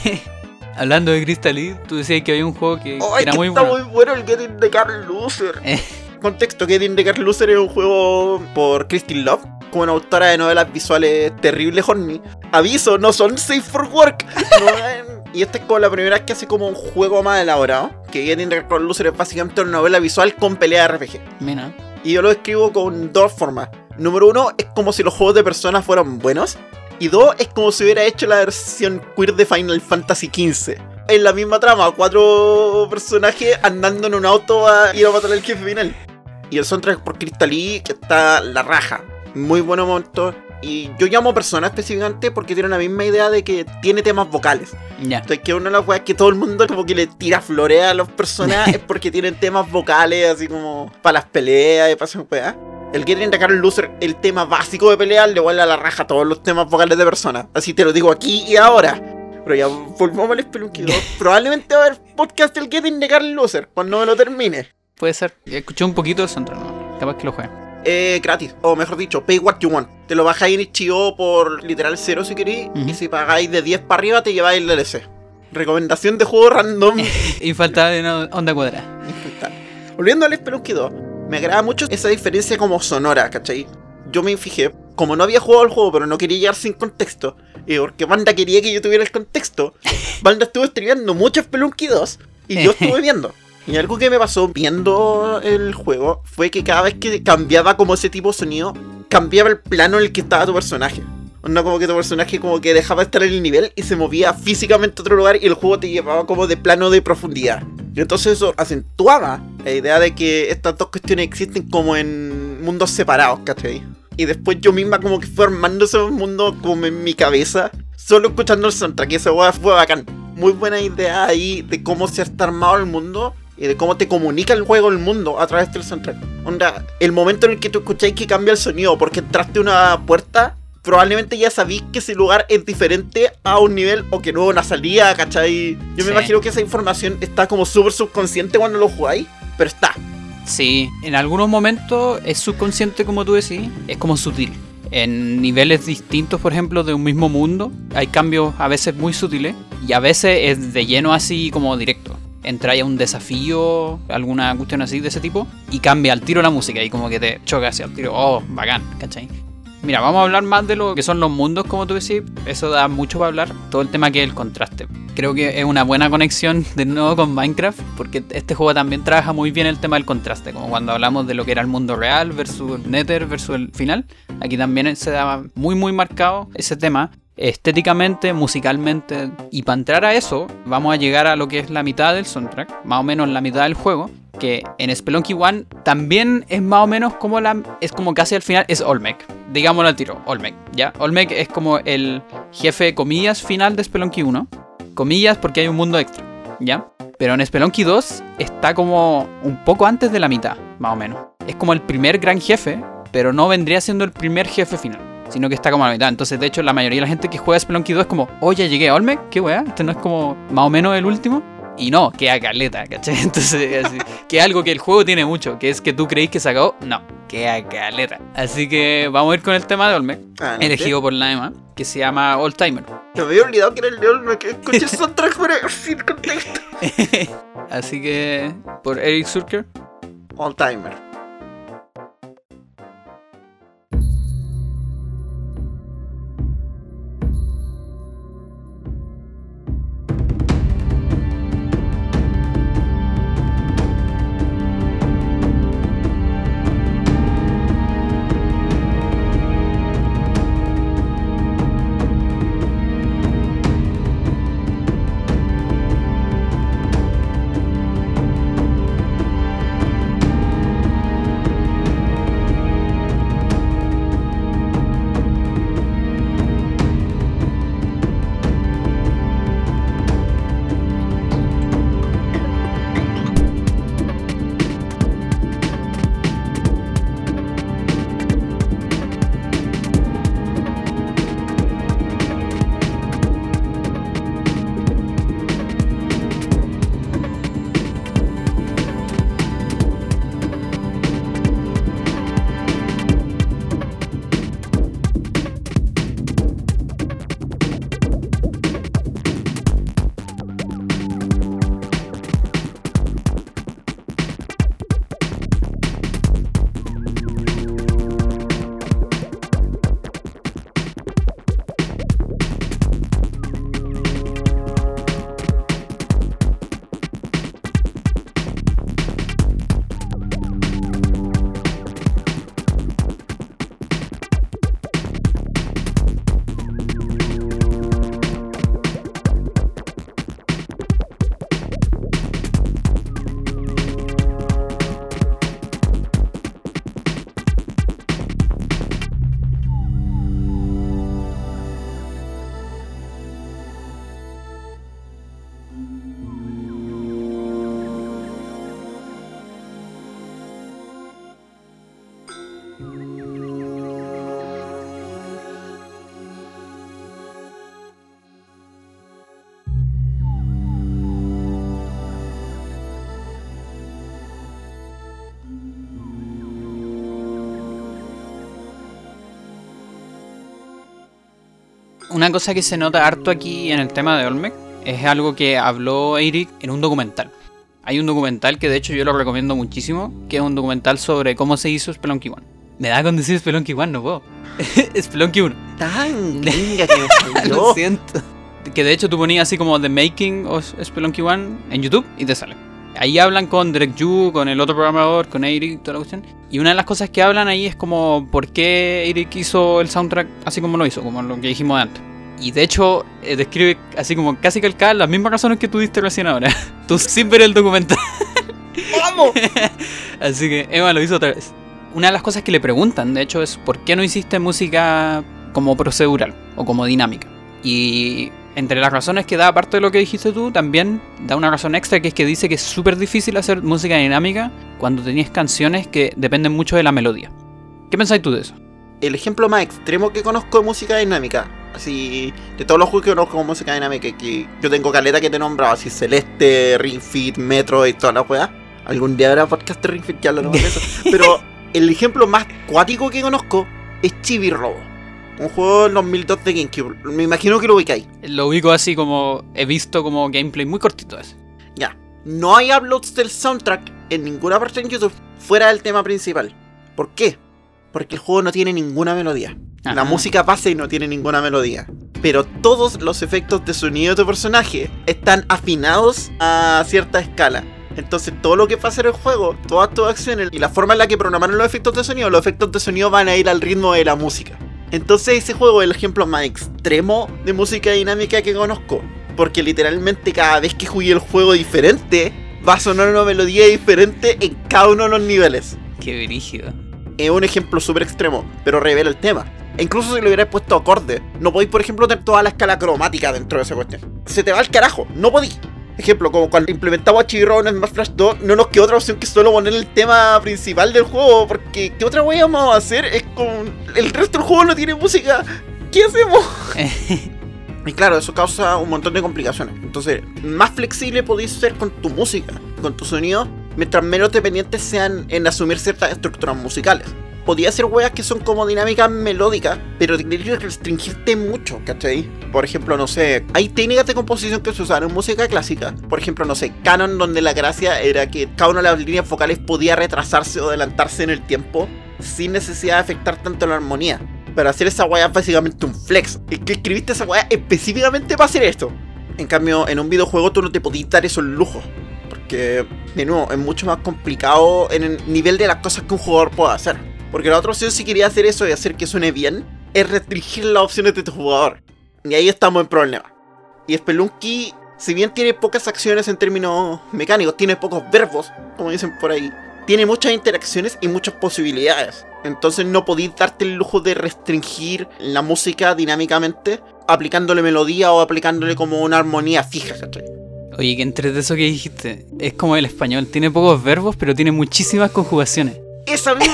Hablando de Crystalite, tú decías que había un juego que era muy bueno. Está muy bueno el Get in the Car Loser. Contexto, Get in the Car Loser es un juego por Kristin Love, como una autora de novelas visuales terrible horny. Aviso, no son safe for work. Y esta es como la primera vez que hace como un juego más elaborado. Que Get in the Car Loser es básicamente una novela visual con pelea RPG. Mira. Y yo lo escribo con 2 formas. Número 1, es como si los juegos de Persona fueran buenos. Y 2 es como si hubiera hecho la versión queer de Final Fantasy XV. En la misma trama, 4 personajes andando en un auto a ir a matar al jefe final. Y el soundtrack por Crystal E, que está la raja. Muy buenos momentos. Y yo llamo Persona específicamente porque tiene la misma idea de que tiene temas vocales. Ya. Entonces, que una de las weas que todo el mundo como que le tira florea a los personajes es porque tienen temas vocales, así como para las peleas y para esas weas. El Getting the Carl Loser, el tema básico de pelear, le vuelve a la raja a todos los temas vocales de Persona. Así te lo digo aquí y ahora. Pero ya volvamos al Spelunky 2. Probablemente va a haber podcast del Getting the Carl Loser cuando me lo termine. Puede ser. Escuché un poquito el soundtrack, ¿no? Capaz que lo juegue. Gratis, o mejor dicho, pay what you want. Te lo bajáis en Itch.io por literal 0 si queréis. Y si pagáis de 10 para arriba te lleváis el DLC. Recomendación de juego random. Infaltable, no, onda cuadrada. Volviendo al Spelunky 2, me agrada mucho esa diferencia como sonora, ¿cachai? Yo me fijé, como no había jugado el juego pero no quería llegar sin contexto, porque Banda quería que yo tuviera el contexto, Banda estuvo streameando mucho Spelunky 2 y yo estuve viendo. Y algo que me pasó viendo el juego fue que cada vez que cambiaba como ese tipo de sonido, cambiaba el plano en el que estaba tu personaje. Onda como que tu personaje como que dejaba de estar en el nivel y se movía físicamente a otro lugar y el juego te llevaba como de plano de profundidad. Y entonces eso acentuaba la idea de que estas dos cuestiones existen como en mundos separados, ¿cachai? Y después yo misma como que fue armando ese mundo como en mi cabeza, solo escuchando el soundtrack, y esa hueá fue bacán. Muy buena idea ahí de cómo se está armado el mundo y de cómo te comunica el juego el mundo a través del soundtrack. Onda, el momento en el que tú escucháis que cambia el sonido porque entraste a una puerta, probablemente ya sabéis que ese lugar es diferente a un nivel o que no hubo una salida, ¿cachai? Yo me imagino que esa información está como súper subconsciente cuando lo jugáis, pero está. Sí, en algunos momentos es subconsciente, como tú decís, es como sutil. En niveles distintos, por ejemplo, de un mismo mundo, hay cambios a veces muy sutiles y a veces es de lleno así como directo. Entráis a un desafío, alguna cuestión así de ese tipo, y cambia al tiro la música y como que te choca hacia el tiro. Oh, bacán, ¿cachai? Mira, vamos a hablar más de lo que son los mundos, como tú decís. Eso da mucho para hablar. Todo el tema que es el contraste. Creo que es una buena conexión de nuevo con Minecraft, porque este juego también trabaja muy bien el tema del contraste. Como cuando hablamos de lo que era el mundo real versus Nether versus el final. Aquí también se daba muy marcado ese tema. Estéticamente, musicalmente. Y para entrar a eso, vamos a llegar a lo que es la mitad del soundtrack. Más o menos la mitad del juego. Que en Spelunky 1 también es más o menos como es como casi al final es Olmec. Digámoslo al tiro, Olmec, ¿ya? Olmec es como el jefe, comillas, final de Spelunky 1. Comillas porque hay un mundo extra, ¿ya? Pero en Spelunky 2 está como un poco antes de la mitad, más o menos. Es como el primer gran jefe, pero no vendría siendo el primer jefe final, sino que está como a la mitad. Entonces, de hecho, la mayoría de la gente que juega Spelunky 2 es como, oh, ya llegué a Olmec, qué weá, este no es como más o menos el último. Y no, queda caleta, ¿cachai? Entonces, así, que es algo que el juego tiene mucho, que es que tú creís que se acabó, no, queda caleta. Así que vamos a ir con el tema de Olmec, elegido por la Emma, que se llama Old Timer. Me había olvidado que era el de Olmec, que escuché soundtrack pero sin contexto. Así que, por Eric Surker, Old Timer. Una cosa que se nota harto aquí en el tema de Olmec es algo que habló Eirik en un documental. Hay un documental que de hecho yo lo recomiendo muchísimo, que es un documental sobre cómo se hizo Spelunky 1. Me da con decir Spelunky 1, no puedo. Spelunky 1. Tan gringa que me salió. Lo siento. Que de hecho tú ponías así como The Making of Spelunky 1 en YouTube y te sale. Ahí hablan con Derek Yu, con el otro programador, con Eirik, toda la cuestión. Y una de las cosas que hablan ahí es como por qué Eirik hizo el soundtrack así como lo hizo, como lo que dijimos antes. Y de hecho describe así como casi calcadas las mismas razones que tú diste recién ahora. Tú sin ver el documental. ¡Vamos! Así que Emma lo hizo otra vez. Una de las cosas que le preguntan, de hecho, es ¿por qué no hiciste música como procedural o como dinámica? Y entre las razones que da, aparte de lo que dijiste tú, también da una razón extra, que es que dice que es súper difícil hacer música dinámica cuando tenías canciones que dependen mucho de la melodía. ¿Qué pensáis tú de eso? El ejemplo más extremo que conozco de música dinámica, así, de todos los juegos que conozco con música dinámica, que yo tengo caleta que te he nombrado, así Celeste, Ring Fit, Metro y toda la weá. Algún día habrá podcast de Ring Fit que hablaremos de eso. Pero el ejemplo más cuático que conozco es Chibi Robo. Un juego del 2002 de GameCube. Me imagino que lo ubicáis. Lo ubico así como he visto como gameplay muy cortito ese. Ya. No hay uploads del soundtrack en ninguna parte en YouTube fuera del tema principal. ¿Por qué? Porque el juego no tiene ninguna melodía. Ajá. La música base no tiene ninguna melodía. Pero todos los efectos de sonido de tu personaje están afinados a cierta escala. Entonces todo lo que pasa en el juego, todas tus acciones y la forma en la que programaron los efectos de sonido van a ir al ritmo de la música. Entonces ese juego es el ejemplo más extremo de música dinámica que conozco. Porque literalmente cada vez que jugué el juego diferente, va a sonar una melodía diferente en cada uno de los niveles. Qué brígido. Es un ejemplo súper extremo, pero revela el tema. E incluso si le hubierais puesto acorde, no podéis, por ejemplo, tener toda la escala cromática dentro de esa cuestión. Se te va al carajo, no podéis. Ejemplo, como cuando implementamos a Chibi Robo en Smash Bros. 2, no nos quedó otra opción que solo poner el tema principal del juego, porque ¿qué otra wea vamos a hacer? Es con el resto del juego no tiene música. ¿Qué hacemos? Y claro, eso causa un montón de complicaciones. Entonces, más flexible podéis ser con tu música, con tu sonido, mientras menos dependientes sean en asumir ciertas estructuras musicales. Podía ser weas que son como dinámicas melódicas, pero tendrías que restringirte mucho, ¿cachai? Por ejemplo, no sé, hay técnicas de composición que se usan en música clásica. Por ejemplo, no sé, canon, donde la gracia era que cada una de las líneas vocales podía retrasarse o adelantarse en el tiempo sin necesidad de afectar tanto la armonía. Pero hacer esa wea es básicamente un flex. Es que escribiste esa wea específicamente para hacer esto. En cambio, en un videojuego tú no te podías dar esos lujos. Porque, de nuevo, es mucho más complicado en el nivel de las cosas que un jugador puede hacer. Porque la otra opción, si quería hacer eso y hacer que suene bien, es restringir las opciones de tu jugador. Y ahí estamos en problema. Y Spelunky, si bien tiene pocas acciones en términos mecánicos, tiene pocos verbos, como dicen por ahí, tiene muchas interacciones y muchas posibilidades. Entonces no podéis darte el lujo de restringir la música dinámicamente, aplicándole melodía o aplicándole como una armonía fija, ¿cachai? Oye, que entre eso que dijiste, es como el español, tiene pocos verbos, pero tiene muchísimas conjugaciones. ¡Esa misma!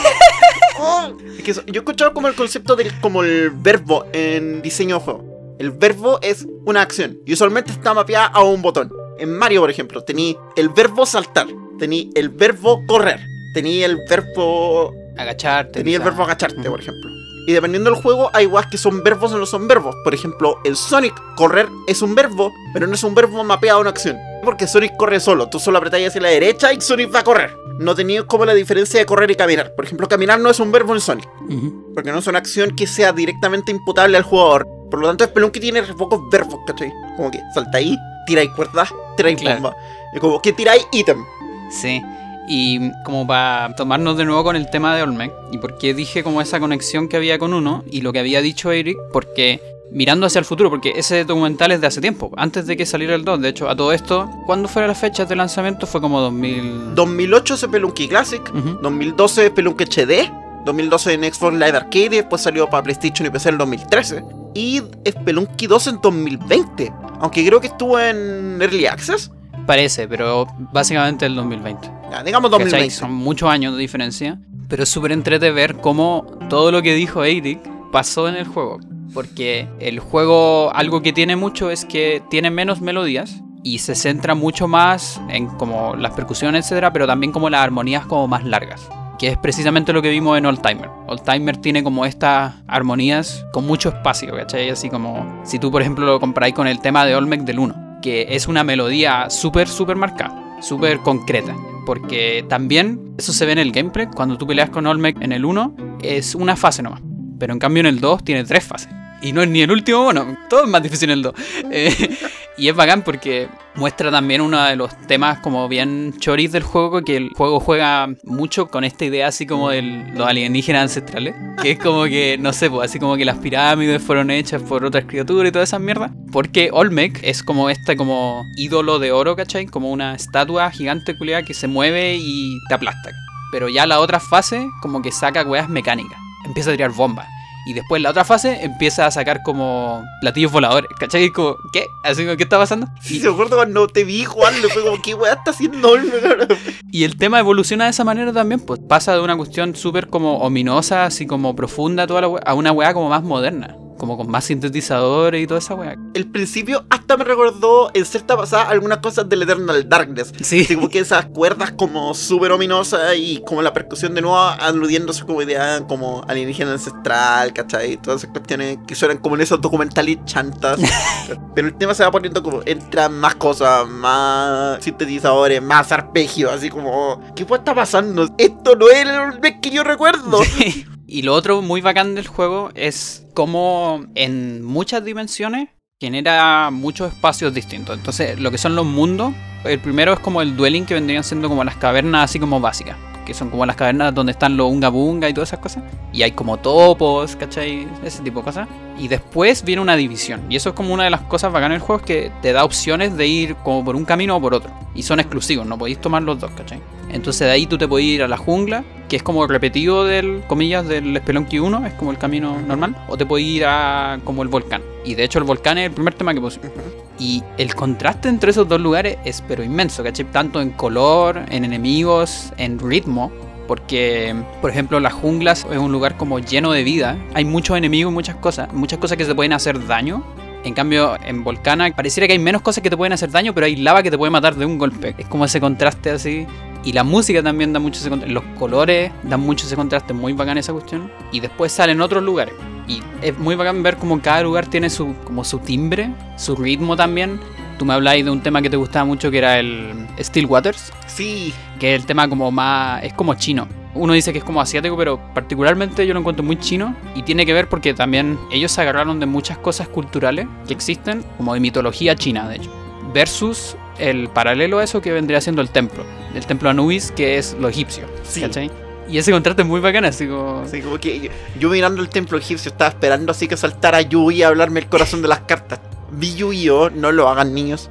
Oh, es que yo he escuchado como el concepto del como el verbo en diseño de juego. El verbo es una acción y usualmente está mapeada a un botón. En Mario, por ejemplo, tení el verbo saltar, tení el verbo correr, tení el verbo agacharte. Tení el verbo agacharte, por ejemplo. Y dependiendo del juego, hay guas que son verbos o no son verbos. Por ejemplo, el Sonic correr es un verbo, pero no es un verbo mapeado a una acción. Porque Sonic corre solo, tú solo apretáis hacia la derecha y Sonic va a correr. No tenías como la diferencia de correr y caminar. Por ejemplo, caminar no es un verbo en Sonic. Porque no es una acción que sea directamente imputable al jugador. Por lo tanto, Spelunky tiene pocos verbos, ¿cachai? Como que saltáis, tiráis cuerdas, tiráis bomba. Y como que tiráis ítem. Sí. Y como para tomarnos de nuevo con el tema de Olmec, y por qué dije como esa conexión que había con uno, y lo que había dicho Eirik, porque mirando hacia el futuro, porque ese documental es de hace tiempo, antes de que saliera el 2, de hecho, a todo esto, ¿cuándo fueron las fechas de lanzamiento? Fue como 2008 Spelunky Classic, 2012 Spelunky HD, 2012 en Xbox Live Arcade, y después salió para PlayStation y PC en 2013, y Spelunky 2 en 2020, aunque creo que estuvo en Early Access. Parece, pero básicamente el 2020. Ya, digamos 2020. ¿Cachai? Son muchos años de diferencia, pero es súper entrete ver cómo todo lo que dijo Eirik pasó en el juego. Porque el juego, algo que tiene mucho es que tiene menos melodías y se centra mucho más en como las percusiones, etcétera, pero también como las armonías como más largas. que es precisamente lo que vimos en Oldtimer. Oldtimer tiene como estas armonías con mucho espacio, ¿cachai? Así como si tú, por ejemplo, lo comparáis con el tema de Olmec del 1, que es una melodía súper marcada, súper concreta. Porque también eso se ve en el gameplay. Cuando tú peleas con Olmec en el 1, es una fase nomás. Pero en cambio en el 2 tiene 3 fases. Y no es ni el último mono, todo es más difícil en el 2. Y es bacán porque muestra también uno de los temas como bien choris del juego, que el juego juega mucho con esta idea así como de los alienígenas ancestrales. Que es como que, no sé, pues así como que las pirámides fueron hechas por otras criaturas y toda esa mierda. Porque Olmec es como como ídolo de oro, ¿cachai? Como una estatua gigante culiada que se mueve y te aplasta. Pero ya la otra fase como que saca weas mecánicas, empieza a tirar bombas. Y después la otra fase empieza a sacar como platillos voladores, ¿cachai? Como, ¿qué? Así como, ¿qué está pasando? Sí, se acuerdo cuando te vi jugando, fue como, ¿qué weá está haciendo Olmec? Y el tema evoluciona de esa manera también, pues pasa de una cuestión súper como ominosa, así como profunda, toda la weá, a una weá como más moderna, como con más sintetizadores y toda esa weá. El principio hasta me recordó en cierta pasada algunas cosas del Eternal Darkness. Sí. Así como que esas cuerdas como súper ominosas y como la percusión de nuevo aludiéndose como idea como alienígena ancestral, ¿cachai? Todas esas cuestiones que suenan como en esos documentales chantas. Pero el tema se va poniendo como, entran más cosas, más sintetizadores, más arpegios, así como, ¿qué está pasando? Esto no es el Olmec que yo recuerdo. Sí. Y lo otro muy bacán del juego es cómo en muchas dimensiones genera muchos espacios distintos. Entonces, lo que son los mundos, el primero es como el dwelling, que vendrían siendo como las cavernas así como básicas, que son como las cavernas donde están los unga bunga y todas esas cosas. Y hay como topos, ¿cachai? Ese tipo de cosas. Y después viene una división. Y eso es como una de las cosas bacanas del juego, es que te da opciones de ir como por un camino o por otro. Y son exclusivos, no podéis tomar los dos, ¿cachai? Entonces de ahí tú te podés ir a la jungla, que es como repetido del, comillas, del Spelunky 1, es como el camino normal. O te podés ir a como el volcán. Y de hecho el volcán es el primer tema que pusimos. Y el contraste entre esos dos lugares es pero inmenso, ¿cachai? Tanto en color, en enemigos, en ritmo. Porque, por ejemplo, las junglas es un lugar como lleno de vida. Hay muchos enemigos y muchas cosas que se pueden hacer daño. En cambio, en Volcana pareciera que hay menos cosas que te pueden hacer daño, pero hay lava que te puede matar de un golpe. Es como ese contraste así. Y la música también da mucho ese contraste. Los colores dan mucho ese contraste. Muy bacán esa cuestión. Y después salen otros lugares. Y es muy bacán ver como cada lugar tiene su timbre, su ritmo también. Tú me habláis de un tema que te gustaba mucho, que era el Still Waters. Sí. Que es el tema como más... es como chino. Uno dice que es como asiático, pero particularmente yo lo encuentro muy chino. Y tiene que ver porque también ellos se agarraron de muchas cosas culturales que existen, como de mitología china, de hecho. Versus el paralelo a eso que vendría siendo el templo Anubis, que es lo egipcio. Sí. ¿Cachai? Y ese contraste es muy bacán, así como... Sí, como que yo mirando el templo egipcio estaba esperando así que saltara Yui a hablarme el corazón de las cartas. Vi Yu-Gi-Oh, no lo hagan, niños.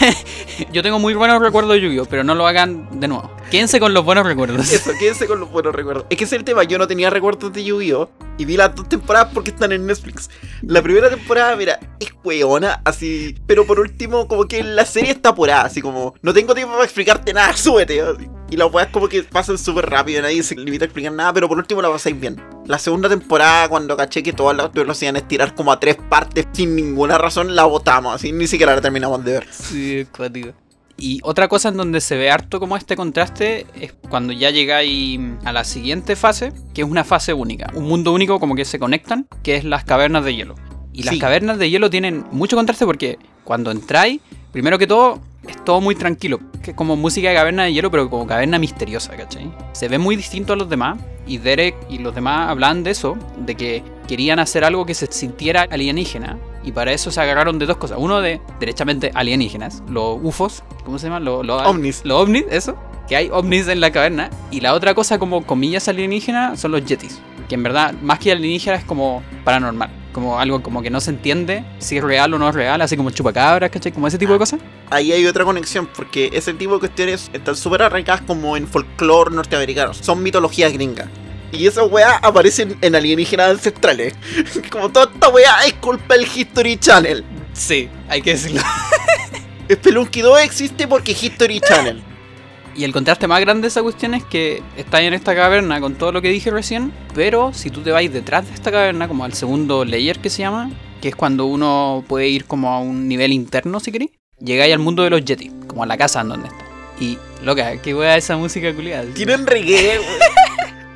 Yo tengo muy buenos recuerdos de Yu-Gi-Oh, pero no lo hagan de nuevo. Quédense con los buenos recuerdos. Eso, quédense con los buenos recuerdos. Es que ese es el tema, yo no tenía recuerdos de Yu-Gi-Oh y vi las 2 temporadas porque están en Netflix. La primera temporada, mira, es hueona, así. Pero por último, como que la serie está apurada, así como, no tengo tiempo para explicarte nada, súbete, así. Y las weas como que pasan súper rápido, nadie se limita a explicar nada, pero por último la pasáis bien. La segunda temporada, cuando caché que todas las lo hacían estirar como a 3 partes sin ninguna razón, la botamos, así ni siquiera la terminamos de ver. Sí, es cuático. Y otra cosa en donde se ve harto como este contraste es cuando ya llegáis a la siguiente fase, que es una fase única. Un mundo único como que se conectan, que es las cavernas de hielo. Y las cavernas de hielo tienen mucho contraste porque cuando entráis, primero que todo, es todo muy tranquilo. Que es como música de caverna de hielo, pero como caverna misteriosa, ¿cachai? Se ve muy distinto a los demás. Y Derek y los demás hablaban de eso, de que querían hacer algo que se sintiera alienígena. Y para eso se agarraron de 2 cosas. Uno de, derechamente, alienígenas. Los UFOs, ¿cómo se llaman? Los ovnis. Los ovnis, eso. Que hay ovnis en la caverna. Y la otra cosa, como comillas alienígenas, son los yetis. Que en verdad, más que alienígena, es como paranormal. Como algo como que no se entiende si es real o no es real. Así como chupacabras, ¿cachai? Como ese tipo de cosas. Ahí hay otra conexión, porque ese tipo de cuestiones están súper arraigadas como en folclore norteamericano. Son mitologías gringas. Y esas weas aparecen en alienígenas ancestrales. Como toda esta wea es culpa del History Channel. Sí, hay que decirlo. Spelunky 2 existe porque History Channel. Y el contraste más grande de esa cuestión es que estáis en esta caverna con todo lo que dije recién, pero si tú te vais detrás de esta caverna, como al segundo layer que se llama, que es cuando uno puede ir como a un nivel interno, si queréis, llegáis al mundo de los Yeti, como a la casa en donde está. Y, loca, qué wea esa música culiada. Tienen reggae, wey.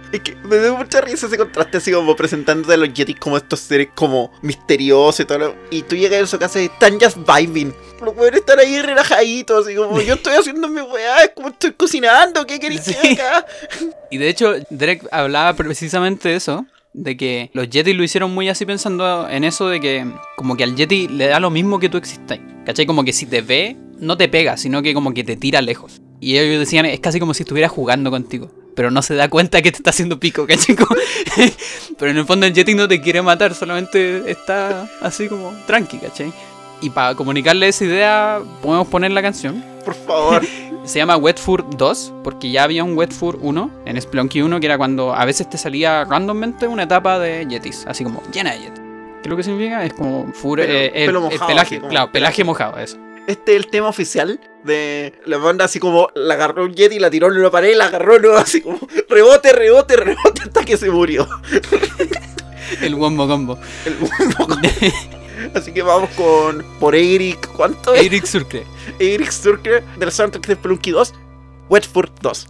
Es que me dio mucha risa ese contraste así como presentándote a los Yetis como estos seres como misteriosos y todo. Y tú llegas a su casa y están just vibing. Los pueden estar ahí relajaditos, así como yo estoy haciendo mi weá, es como estoy cocinando, ¿qué queréis que haga? Y de hecho, Derek hablaba precisamente de eso, de que los Yetis lo hicieron muy así pensando en eso de que como que al Yeti le da lo mismo que tú existas, ¿cachai? Como que si te ve, no te pega, sino que como que te tira lejos. Y ellos decían, es casi como si estuviera jugando contigo, pero no se da cuenta que te está haciendo pico, ¿cachai? Pero en el fondo el Yeti no te quiere matar, solamente está así como tranqui, ¿cachai? Y para comunicarle esa idea, podemos poner la canción. Por favor. Se llama Wet Fur 2, porque ya había un Wet Fur 1 en Spelunky 1, que era cuando a veces te salía randommente una etapa de Yetis, así como llena de Yetis. ¿Qué es lo que significa? Es como fur, pelo mojado, el pelaje, como claro, pelaje mojado, eso. Este es el tema oficial de la banda, así como la agarró un Yeti, la tiró en una pared, la agarró, ¿no? Así como rebote, rebote, rebote hasta que se murió. El Wombo Combo. El Wombo Combo. Así que vamos por Eirik, ¿cuánto es? Eirik Surkre. Eirik Surkre del soundtrack de Spelunky 2, Wet Fur 2.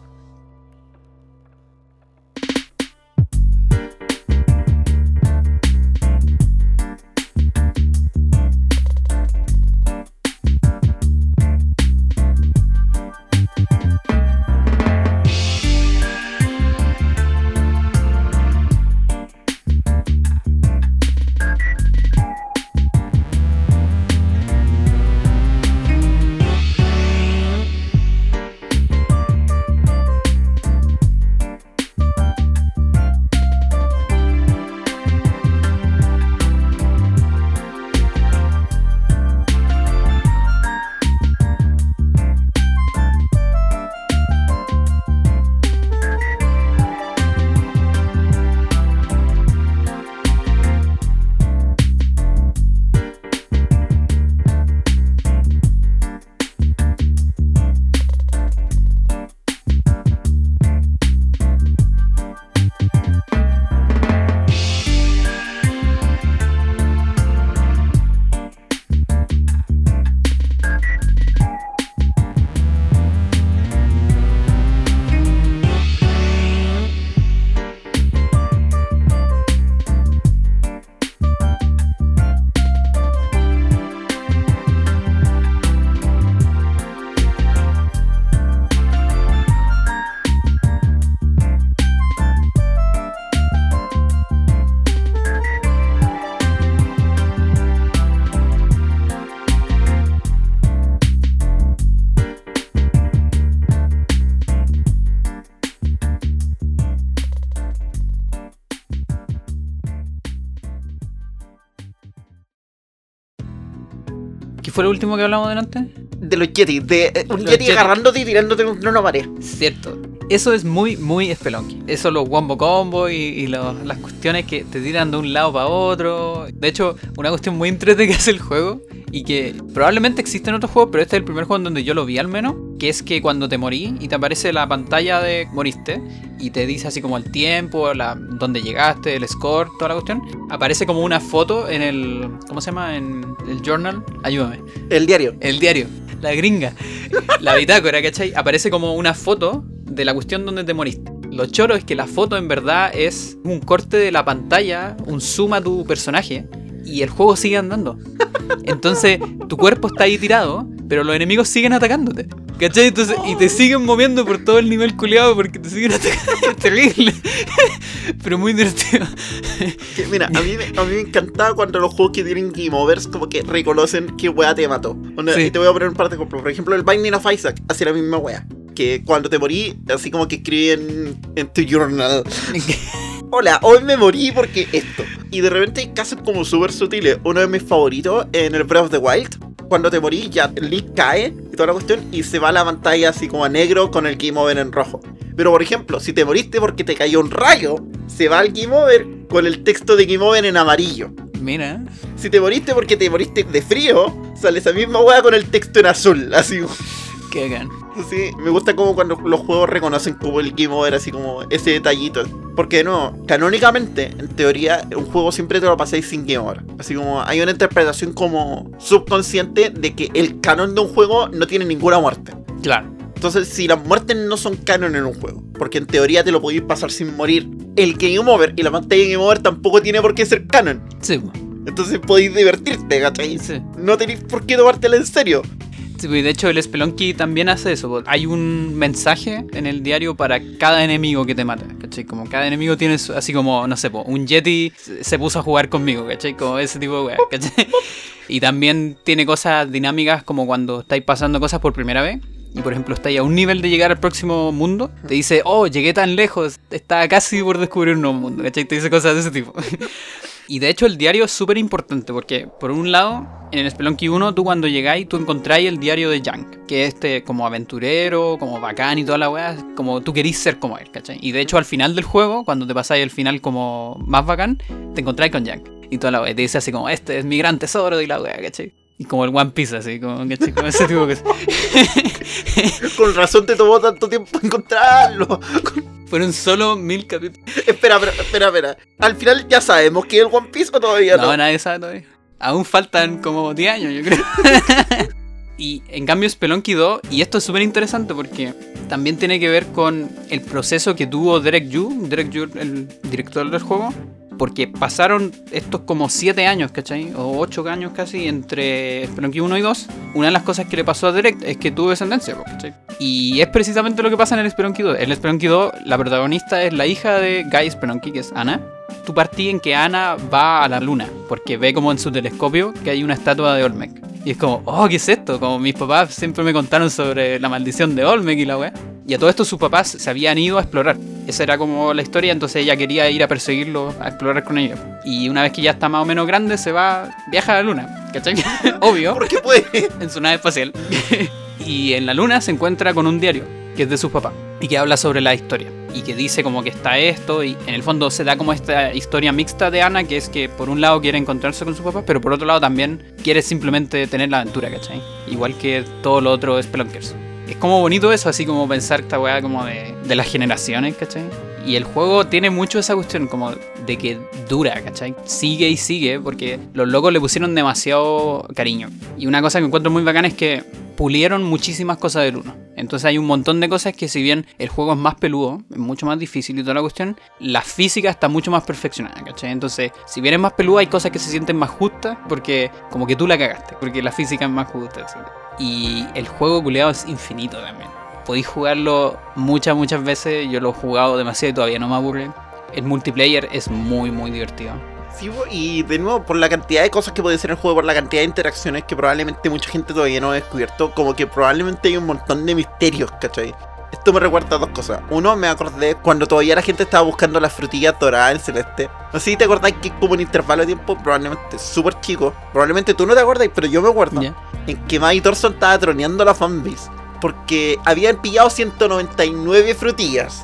¿Qué fue lo último que hablamos delante? De los Yetis, de un Los Yeti Yeti. agarrándote y tirándote contra una pared. Cierto. Eso es muy, muy Spelunky. Eso, los Wombo Combo y las cuestiones que te tiran de un lado para otro. De hecho, una cuestión muy entretenida que hace el juego, y que probablemente existe en otros juegos, pero este es el primer juego en donde yo lo vi al menos, que es que cuando te morí y te aparece la pantalla de moriste, y te dice así como el tiempo, dónde llegaste, el score, toda la cuestión, aparece como una foto en el... ¿Cómo se llama? En el journal. Ayúdame. El diario. El diario. La gringa. La bitácora, ¿cachai? Aparece como una foto de la cuestión donde te moriste. Lo choro es que la foto en verdad es un corte de la pantalla, un zoom a tu personaje, y el juego sigue andando. Entonces, tu cuerpo está ahí tirado, pero los enemigos siguen atacándote, ¿cachai? Entonces, y te siguen moviendo por todo el nivel culiado porque te siguen atacando. Es terrible. Pero muy divertido. Que, mira, a mí me encantaba cuando los juegos que tienen game overs como que reconocen qué wea te mató. Sí. Y te voy a poner un par de ejemplos. Por ejemplo, el Binding of Isaac hace la misma wea. Que cuando te morí, así como que escribí en tu journal: hola, hoy me morí porque esto. Y de repente hay casos como súper sutiles. Uno de mis favoritos en el Breath of the Wild. Cuando te morí, ya el Link cae y toda la cuestión, y se va la pantalla así como a negro con el game over en rojo. Pero por ejemplo, si te moriste porque te cayó un rayo, se va el game over con el texto de game over en amarillo. Mira. Si te moriste porque te moriste de frío, sale esa misma hueá con el texto en azul, así. Qué bacán. Sí, me gusta como cuando los juegos reconocen como el game over, así como ese detallito. Porque no, canónicamente, en teoría, un juego siempre te lo pasáis sin game over. Así como hay una interpretación como subconsciente de que el canon de un juego no tiene ninguna muerte. Claro. Entonces, si las muertes no son canon en un juego, porque en teoría te lo podéis pasar sin morir, el Game Over y la pantalla Game Over tampoco tiene por qué ser canon. Sí. Entonces podéis divertirte, ¿cachai? Sí. No tenéis por qué tomártela en serio. Sí, de hecho el Spelunky también hace eso. Hay un mensaje en el diario para cada enemigo que te mata, ¿cachai? Como cada enemigo tiene así como, no sé, un Yeti se puso a jugar conmigo, ¿cachai? Como ese tipo de weá, ¿cachai? Y también tiene cosas dinámicas como cuando estáis pasando cosas por primera vez. Y por ejemplo estáis a un nivel de llegar al próximo mundo, te dice, oh, llegué tan lejos, estaba casi por descubrir un nuevo mundo, ¿cachai? Te dice cosas de ese tipo. Y de hecho el diario es súper importante porque, por un lado, en el Spelunky 1, tú cuando llegáis, tú encontráis el diario de Jank, que es como aventurero, como bacán y toda la weá, como tú querís ser como él, ¿cachai? Y de hecho al final del juego, cuando te pasáis el final como más bacán, te encontráis con Jank y toda la weá, te dice así como, este es mi gran tesoro y la weá, ¿cachai? Y como el One Piece, así, como, ¿cachai? Como ese tipo de cosas. Con razón te tomó tanto tiempo encontrarlo. Fueron solo 1000 capítulos. Espera. Al final ya sabemos que es el One Piece o todavía no. No, nadie sabe todavía. Aún faltan como 10 años, yo creo. Y en cambio Spelunky 2, y esto es súper interesante porque también tiene que ver con el proceso que tuvo Derek Yu, el director del juego, porque pasaron estos como 7 años, ¿cachai? O 8 años casi entre Spelunky 1 y 2. Una de las cosas que le pasó a Derek es que tuvo descendencia, ¿cachai? Y es precisamente lo que pasa en el Spelunky 2. En el Spelunky 2 la protagonista es la hija de Guy Spelunky, que es Anna. Tú partí en que Anna va a la luna, porque ve como en su telescopio que hay una estatua de Olmec. Y es como, oh, ¿qué es esto? Como mis papás siempre me contaron sobre la maldición de Olmec y la weá. Y a todo esto sus papás se habían ido a explorar. Esa era como la historia, entonces ella quería ir a perseguirlo, a explorar con ellos. Y una vez que ya está más o menos grande, viaja a la luna, ¿cachai? Obvio. ¿Por qué puede? En su nave espacial. Y en la luna se encuentra con un diario, que es de sus papás, y que habla sobre la historia. Y que dice como que está esto, y en el fondo se da como esta historia mixta de Anna, que es que por un lado quiere encontrarse con sus papás, pero por otro lado también quiere simplemente tener la aventura, ¿cachai? Igual que todo lo otro Spelunkers. Es como bonito eso, así como pensar esta weá como de las generaciones, ¿cachai? Y el juego tiene mucho esa cuestión como de que dura, ¿cachai? Sigue y sigue, porque los locos le pusieron demasiado cariño. Y una cosa que encuentro muy bacana es que pulieron muchísimas cosas del 1. Entonces hay un montón de cosas que, si bien el juego es más peludo, es mucho más difícil y toda la cuestión, la física está mucho más perfeccionada, ¿cachai? Entonces, si bien es más peludo, hay cosas que se sienten más justas porque como que tú la cagaste, porque la física es más justa, ¿sí? Y el juego culiado es infinito también. Podéis jugarlo muchas veces. Yo lo he jugado demasiado y todavía no me aburre. El multiplayer es muy divertido. Sí, y de nuevo, por la cantidad de cosas que puede ser el juego, por la cantidad de interacciones que probablemente mucha gente todavía no ha descubierto, como que probablemente hay un montón de misterios, ¿cachai? Esto me recuerda a dos cosas. Uno, me acordé cuando todavía la gente estaba buscando las frutillas doradas en Celeste. No sé si te acordás que como un intervalo de tiempo, probablemente súper chico, probablemente tú no te acordás, pero yo me acuerdo, en que Mike Thorson estaba troneando a la fanbase porque habían pillado 199 frutillas,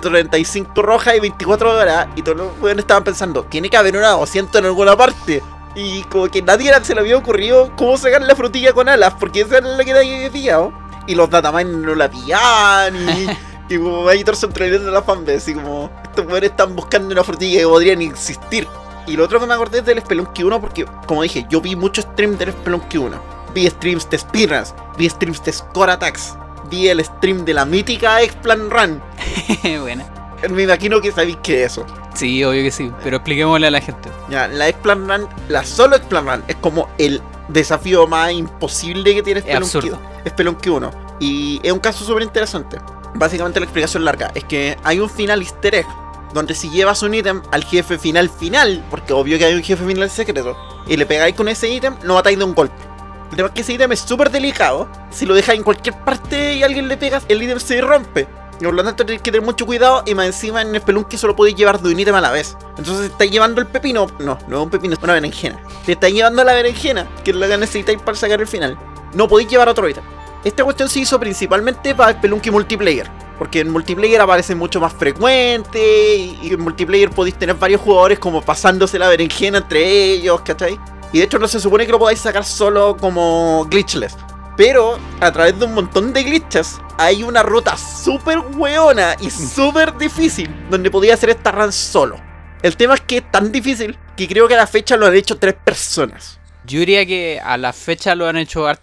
195 rojas y 24 doradas, y todos los jóvenes estaban pensando, tiene que haber una 200 en alguna parte. Y como que nadie se le había ocurrido cómo sacar la frutilla con alas, porque esa era la que nadie había pillado. Y los datamines no la pillaban, y como Mike Thorson troneando a la fanbase, y como estos jóvenes están buscando una frutilla que podrían existir. Y lo otro que me acordé es del Spelunky 1, porque como dije, yo vi muchos streams del Spelunky 1. Vi streams de speedruns, vi streams de score attacks, vi el stream de la mítica Explan Run. Buena. Me imagino que sabéis qué es eso. Sí, obvio que sí, pero expliquémosle a la gente. Ya, la Explan Run, la solo Explan Run, es como el desafío más imposible que tiene Spelunky 1. Y es un caso súper interesante. Básicamente la explicación larga es que hay un final easter egg, donde si llevas un ítem al jefe final, porque obvio que hay un jefe final secreto, y le pegáis con ese ítem, no matáis de un golpe. El tema es que ese ítem es súper delicado. Si lo dejas en cualquier parte y a alguien le pegas, el ítem se rompe. Y por lo tanto tienes que tener mucho cuidado. Y más encima en el Spelunky solo podéis llevar de un ítem a la vez. Entonces si estáis llevando el pepino, no es un pepino, es una berenjena. Si estáis llevando la berenjena, que es la que necesitáis para sacar el final, no podéis llevar otro ítem. Esta cuestión se hizo principalmente para Spelunky multiplayer, porque en multiplayer aparece mucho más frecuente. Y en multiplayer podéis tener varios jugadores como pasándose la berenjena entre ellos, ¿cachai? Y de hecho no se supone que lo podáis sacar solo como glitchless. Pero a través de un montón de glitches hay una ruta súper weona y súper difícil donde podía hacer esta run solo. El tema es que es tan difícil que creo que a la fecha lo han hecho 3 personas. Yo diría que a la fecha lo han hecho harta gente.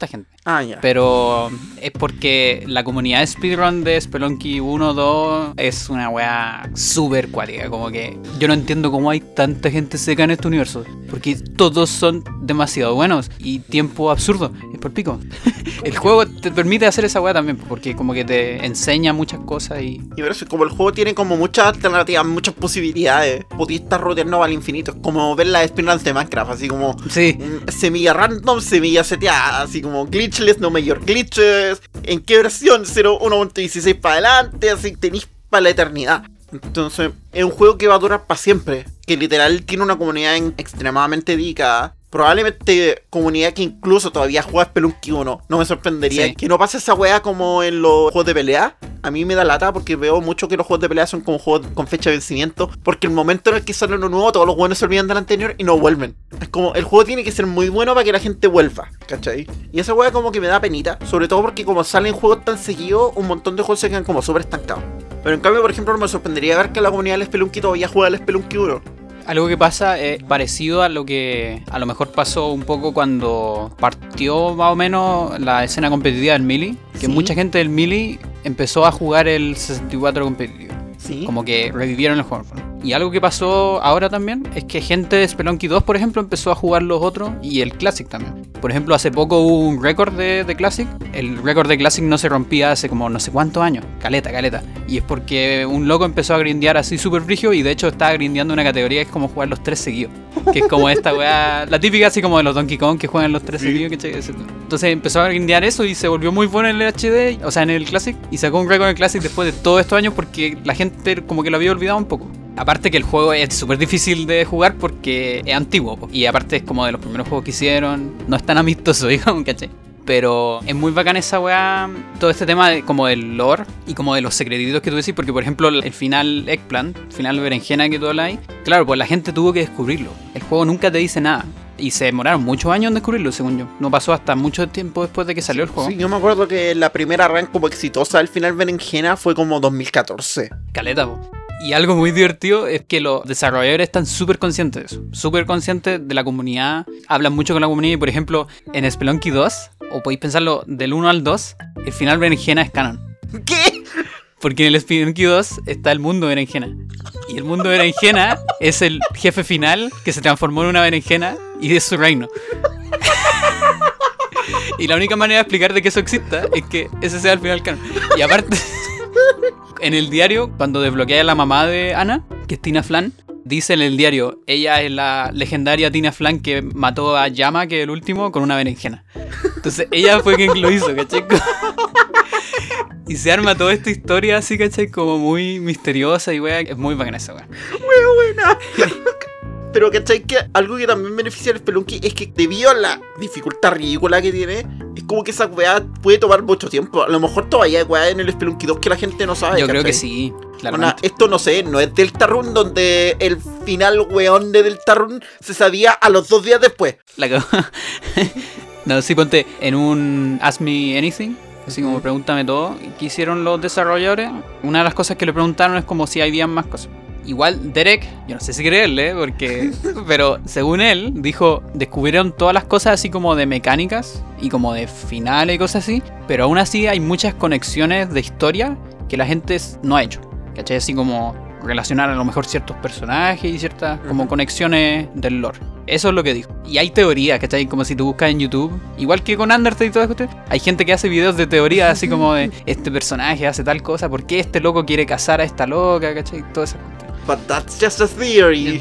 Ah, ya. Pero es porque la comunidad de speedrun de Spelunky 1, 2 es una weá súper cuática. Como que yo no entiendo cómo hay tanta gente seca en este universo. Porque todos son demasiado buenos y tiempo absurdo. Es por pico. El juego te permite hacer esa weá también, porque como que te enseña muchas cosas y por eso, como el juego tiene como muchas alternativas, muchas posibilidades, podías estar rodeando al infinito. Es como ver las speedruns de Minecraft, así como sí. Semilla random, semilla seteada, así como glitchless, no mayor glitches. ¿En qué versión? 0.1.16 para adelante, así tenéis para la eternidad. Entonces, es un juego que va a durar para siempre. Que literal tiene una comunidad extremadamente dedicada. Probablemente comunidad que incluso todavía juega Spelunky 1. No me sorprendería que no pase esa weá como en los juegos de pelea. A mí me da lata porque veo mucho que los juegos de pelea son como juegos con fecha de vencimiento. Porque el momento en el que sale uno nuevo, todos los buenos se olvidan del anterior y no vuelven. Es como, el juego tiene que ser muy bueno para que la gente vuelva, ¿cachai? Y esa weá como que me da penita. Sobre todo porque como salen juegos tan seguidos, un montón de juegos se quedan como súper estancados. Pero en cambio, por ejemplo, no me sorprendería ver que la comunidad del Spelunky todavía juega el Spelunky 1. Algo que pasa es parecido a lo que a lo mejor pasó un poco cuando partió más o menos la escena competitiva del Melee, que mucha gente del Melee empezó a jugar el 64 competitivo. ¿Sí? Como que revivieron el juego. Y algo que pasó ahora también es que gente de Spelunky 2, por ejemplo, empezó a jugar los otros y el Classic también. Por ejemplo, hace poco hubo un récord de Classic. El récord de Classic no se rompía hace como no sé cuántos años. Caleta. Y es porque un loco empezó a grindear así súper brígido y de hecho estaba grindeando una categoría que es como jugar los 3 seguidos. Que es como esta weá, la típica así como de los Donkey Kong que juegan los 3 seguidos. Entonces empezó a grindear eso y se volvió muy bueno en el HD, o sea en el Classic. Y sacó un récord en el Classic después de todos estos años porque la gente como que lo había olvidado un poco. Aparte que el juego es súper difícil de jugar porque es antiguo. Y aparte es como de los primeros juegos que hicieron. No es tan amistoso, digamos, ¿cachai? Pero es muy bacán esa weá, todo este tema de, como del lore y como de los secretitos que tú decís, porque por ejemplo el final Eggplant, el final berenjena que tú hablas, claro, pues la gente tuvo que descubrirlo. El juego nunca te dice nada. Y se demoraron muchos años en descubrirlo, según yo. No pasó hasta mucho tiempo después de que salió el juego. Sí, yo me acuerdo que la primera run como exitosa del final berenjena fue como 2014. Caleta, po. Y algo muy divertido es que los desarrolladores están súper conscientes de eso. Súper conscientes de la comunidad. Hablan mucho con la comunidad y, por ejemplo, en Spelunky 2, o podéis pensarlo del 1 al 2, el final berenjena es canon. ¿Qué? Porque en el Spelunky 2 está el mundo berenjena. Y el mundo berenjena es el jefe final que se transformó en una berenjena y es su reino. Y la única manera de explicar de que eso exista es que ese sea el final canon. Y aparte... En el diario, cuando desbloquea a la mamá de Ana, que es Tina Flan, dice en el diario, ella es la legendaria Tina Flan que mató a Yama, que es el último, con una berenjena. Entonces ella fue quien lo hizo, ¿cachai? Y se arma toda esta historia así, ¿cachai? Como muy misteriosa y wea, es muy bacana esa wea. Muy buena. Pero ¿cachai? Que algo que también beneficia al Spelunky es que debido a la dificultad ridícula que tiene, es como que esa weá puede tomar mucho tiempo. A lo mejor todavía hay weá en el Spelunky 2 que la gente no sabe. Yo ¿cachai? creo que sí, claro. Bueno, esto no sé, no es Deltarune donde el final weón de Deltarune se sabía a los 2 días después. No, sí, ponte en un Ask Me Anything, así como pregúntame todo, ¿qué hicieron los desarrolladores? Una de las cosas que le preguntaron es como si había más cosas. Igual Derek, yo no sé si creerle, porque pero según él, dijo, descubrieron todas las cosas así como de mecánicas y como de finales y cosas así, pero aún así hay muchas conexiones de historia que la gente no ha hecho, ¿cachai? Así como relacionar a lo mejor ciertos personajes y ciertas como conexiones del lore. Eso es lo que dijo. Y hay teorías, ¿cachai? Como si tú buscas en YouTube, igual que con Undertale y todo eso, hay gente que hace videos de teorías así como de este personaje hace tal cosa, ¿por qué este loco quiere casar a esta loca? ¿Cachai? Todas esas cosas. But that's just a theory.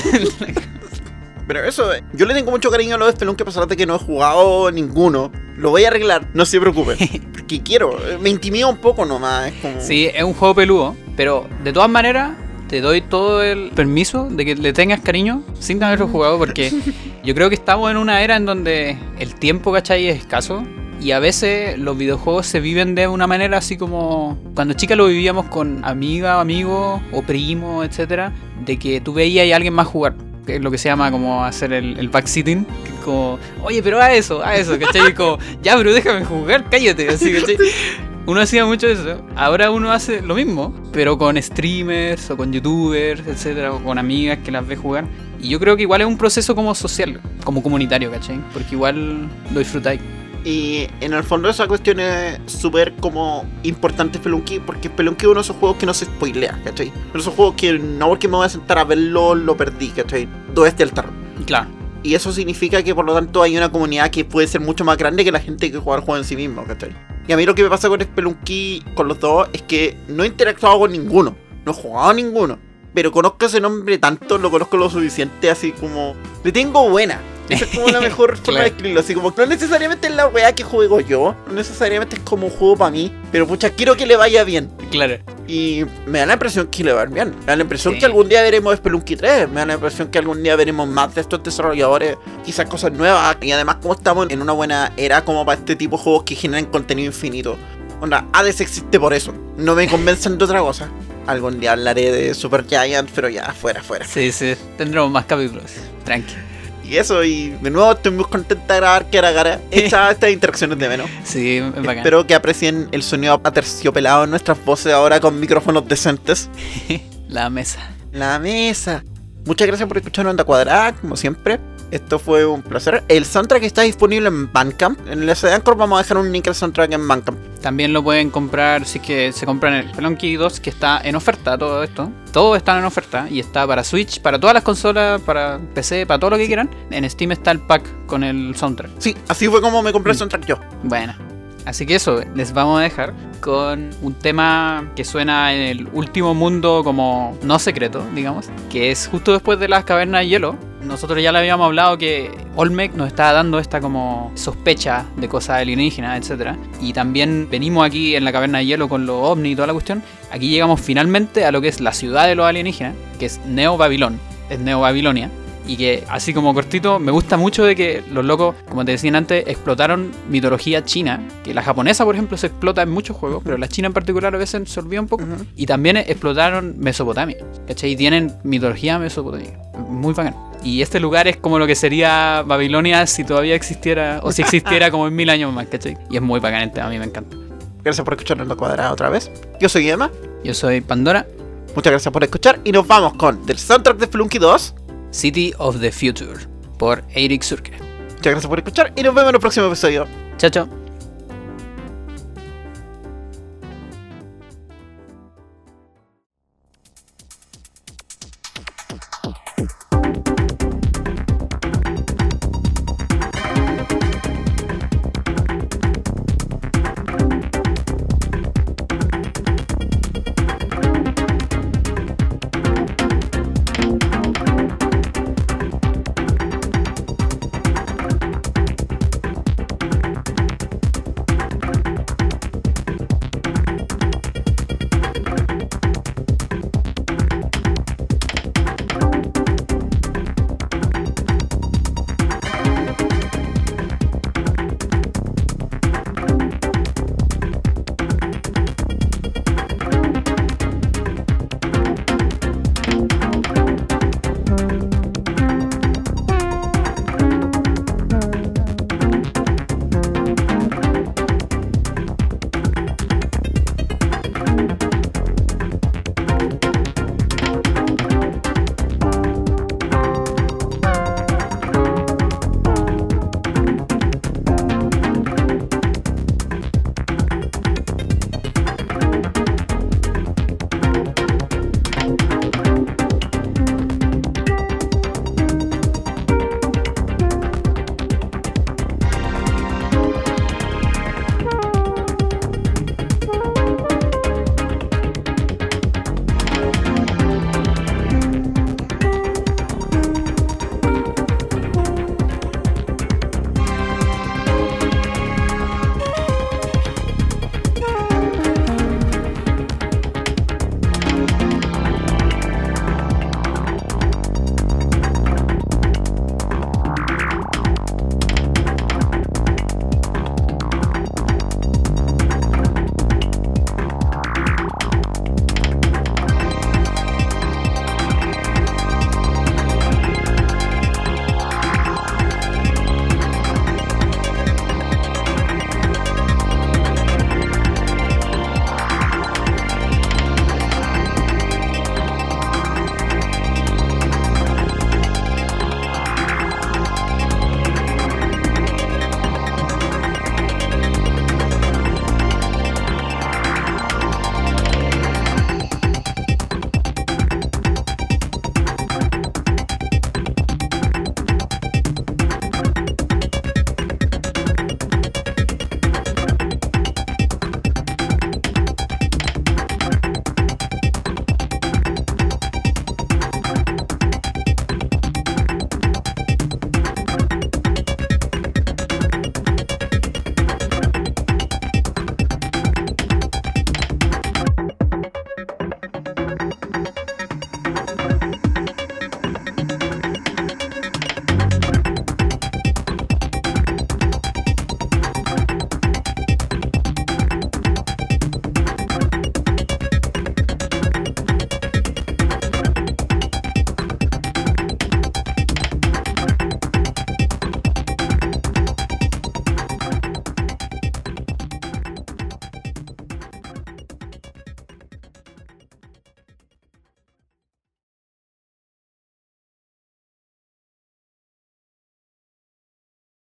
Pero eso, yo le tengo mucho cariño a los de Spelunky a pesar de que no he jugado ninguno. Lo voy a arreglar, no se preocupen. Porque quiero, me intimida un poco nomás. Es como... Sí, es un juego peludo, pero de todas maneras te doy todo el permiso de que le tengas cariño sin haberlo jugado, porque yo creo que estamos en una era en donde el tiempo, ¿cachai? Es escaso. Y a veces los videojuegos se viven de una manera así como... Cuando chicas lo vivíamos con amigas, amigos o primos, etcétera, de que tú veías a alguien más jugar. Que es lo que se llama como hacer el backsitting. Como, oye, pero a eso, ¿cachai? Y como, ya, pero déjame jugar, cállate, así, ¿cachai? Uno hacía mucho eso. Ahora uno hace lo mismo, pero con streamers o con youtubers, etcétera, o con amigas que las ve jugar. Y yo creo que igual es un proceso como social, como comunitario, ¿cachai? Porque igual lo disfrutáis. Y en el fondo esa cuestión es súper como importante Spelunky, porque Spelunky es uno de esos juegos que no se spoilea, ¿cachai? Uno de esos juegos que no porque me voy a sentar a verlo, lo perdí, ¿cachai? Todo este altar. Claro. Y eso significa que por lo tanto hay una comunidad que puede ser mucho más grande que la gente que juega el juego en sí mismo, ¿cachai? Y a mí lo que me pasa con Spelunky, con los dos, es que no he interactuado con ninguno, no he jugado a ninguno, pero conozco ese nombre tanto, lo conozco lo suficiente, así como... Le tengo buena. Esa es como la mejor forma de escribirlo, así como no necesariamente es la weá que juego yo, no necesariamente es como un juego para mí, pero pucha, quiero que le vaya bien. Claro. Y me da la impresión que le va a ir bien. Me da la impresión Sí. que algún día veremos Spelunky 3. Me da la impresión que algún día veremos más de estos desarrolladores, quizás cosas nuevas. Y además como estamos en una buena era como para este tipo de juegos que generan contenido infinito. Onda, Hades existe por eso. No me convencen de otra cosa. Algún día hablaré de Super Giant, pero ya, fuera. Sí, tendremos más capítulos. Tranqui. Y eso, y de nuevo estoy muy contenta de grabar cara a cara estas interacciones de menos. Sí, es bacán. Espero que aprecien el sonido aterciopelado en nuestras voces ahora con micrófonos decentes. La mesa. La mesa. Muchas gracias por escuchar Onda Cuadrada, como siempre. Esto fue un placer. El soundtrack está disponible en Bandcamp. En el SD Anchor vamos a dejar un link al soundtrack en Bandcamp. También lo pueden comprar si es que se compran el Spelunky 2, que está en oferta, todo esto. Todo está en oferta y está para Switch, para todas las consolas, para PC, para todo lo que quieran. En Steam está el pack con el soundtrack. Sí, así fue como me compré el soundtrack yo. Bueno, así que eso, les vamos a dejar con un tema que suena en el último mundo como no secreto, digamos, que es justo después de las cavernas de hielo. Nosotros ya le habíamos hablado que Olmec nos estaba dando esta como sospecha de cosas alienígenas, etc. Y también venimos aquí en la caverna de hielo con los ovnis y toda la cuestión. Aquí llegamos finalmente a lo que es la ciudad de los alienígenas, que es Neo Babilón, es Neo Babilonia. Y que, así como cortito, me gusta mucho de que los locos, como te decían antes, explotaron mitología china. Que la japonesa, por ejemplo, se explota en muchos juegos, pero la china en particular a veces se olvida un poco. Y también explotaron Mesopotamia, ¿cachai? Y tienen mitología mesopotámica. Muy bacán. Y este lugar es como lo que sería Babilonia si todavía existiera, o si existiera como en 1000 años más, ¿cachai? Y es muy bacán el tema, a mí me encanta. Gracias por escuchar Onda Cuadrada otra vez. Yo soy Emma. Yo soy Pandora. Muchas gracias por escuchar y nos vamos con del soundtrack de Spelunky 2. City of the Future, por Eirik Surke. Muchas gracias por escuchar y nos vemos en el próximo episodio. Chao, chao.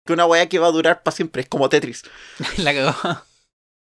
que una weá que va a durar para siempre. Es como Tetris. La cagó.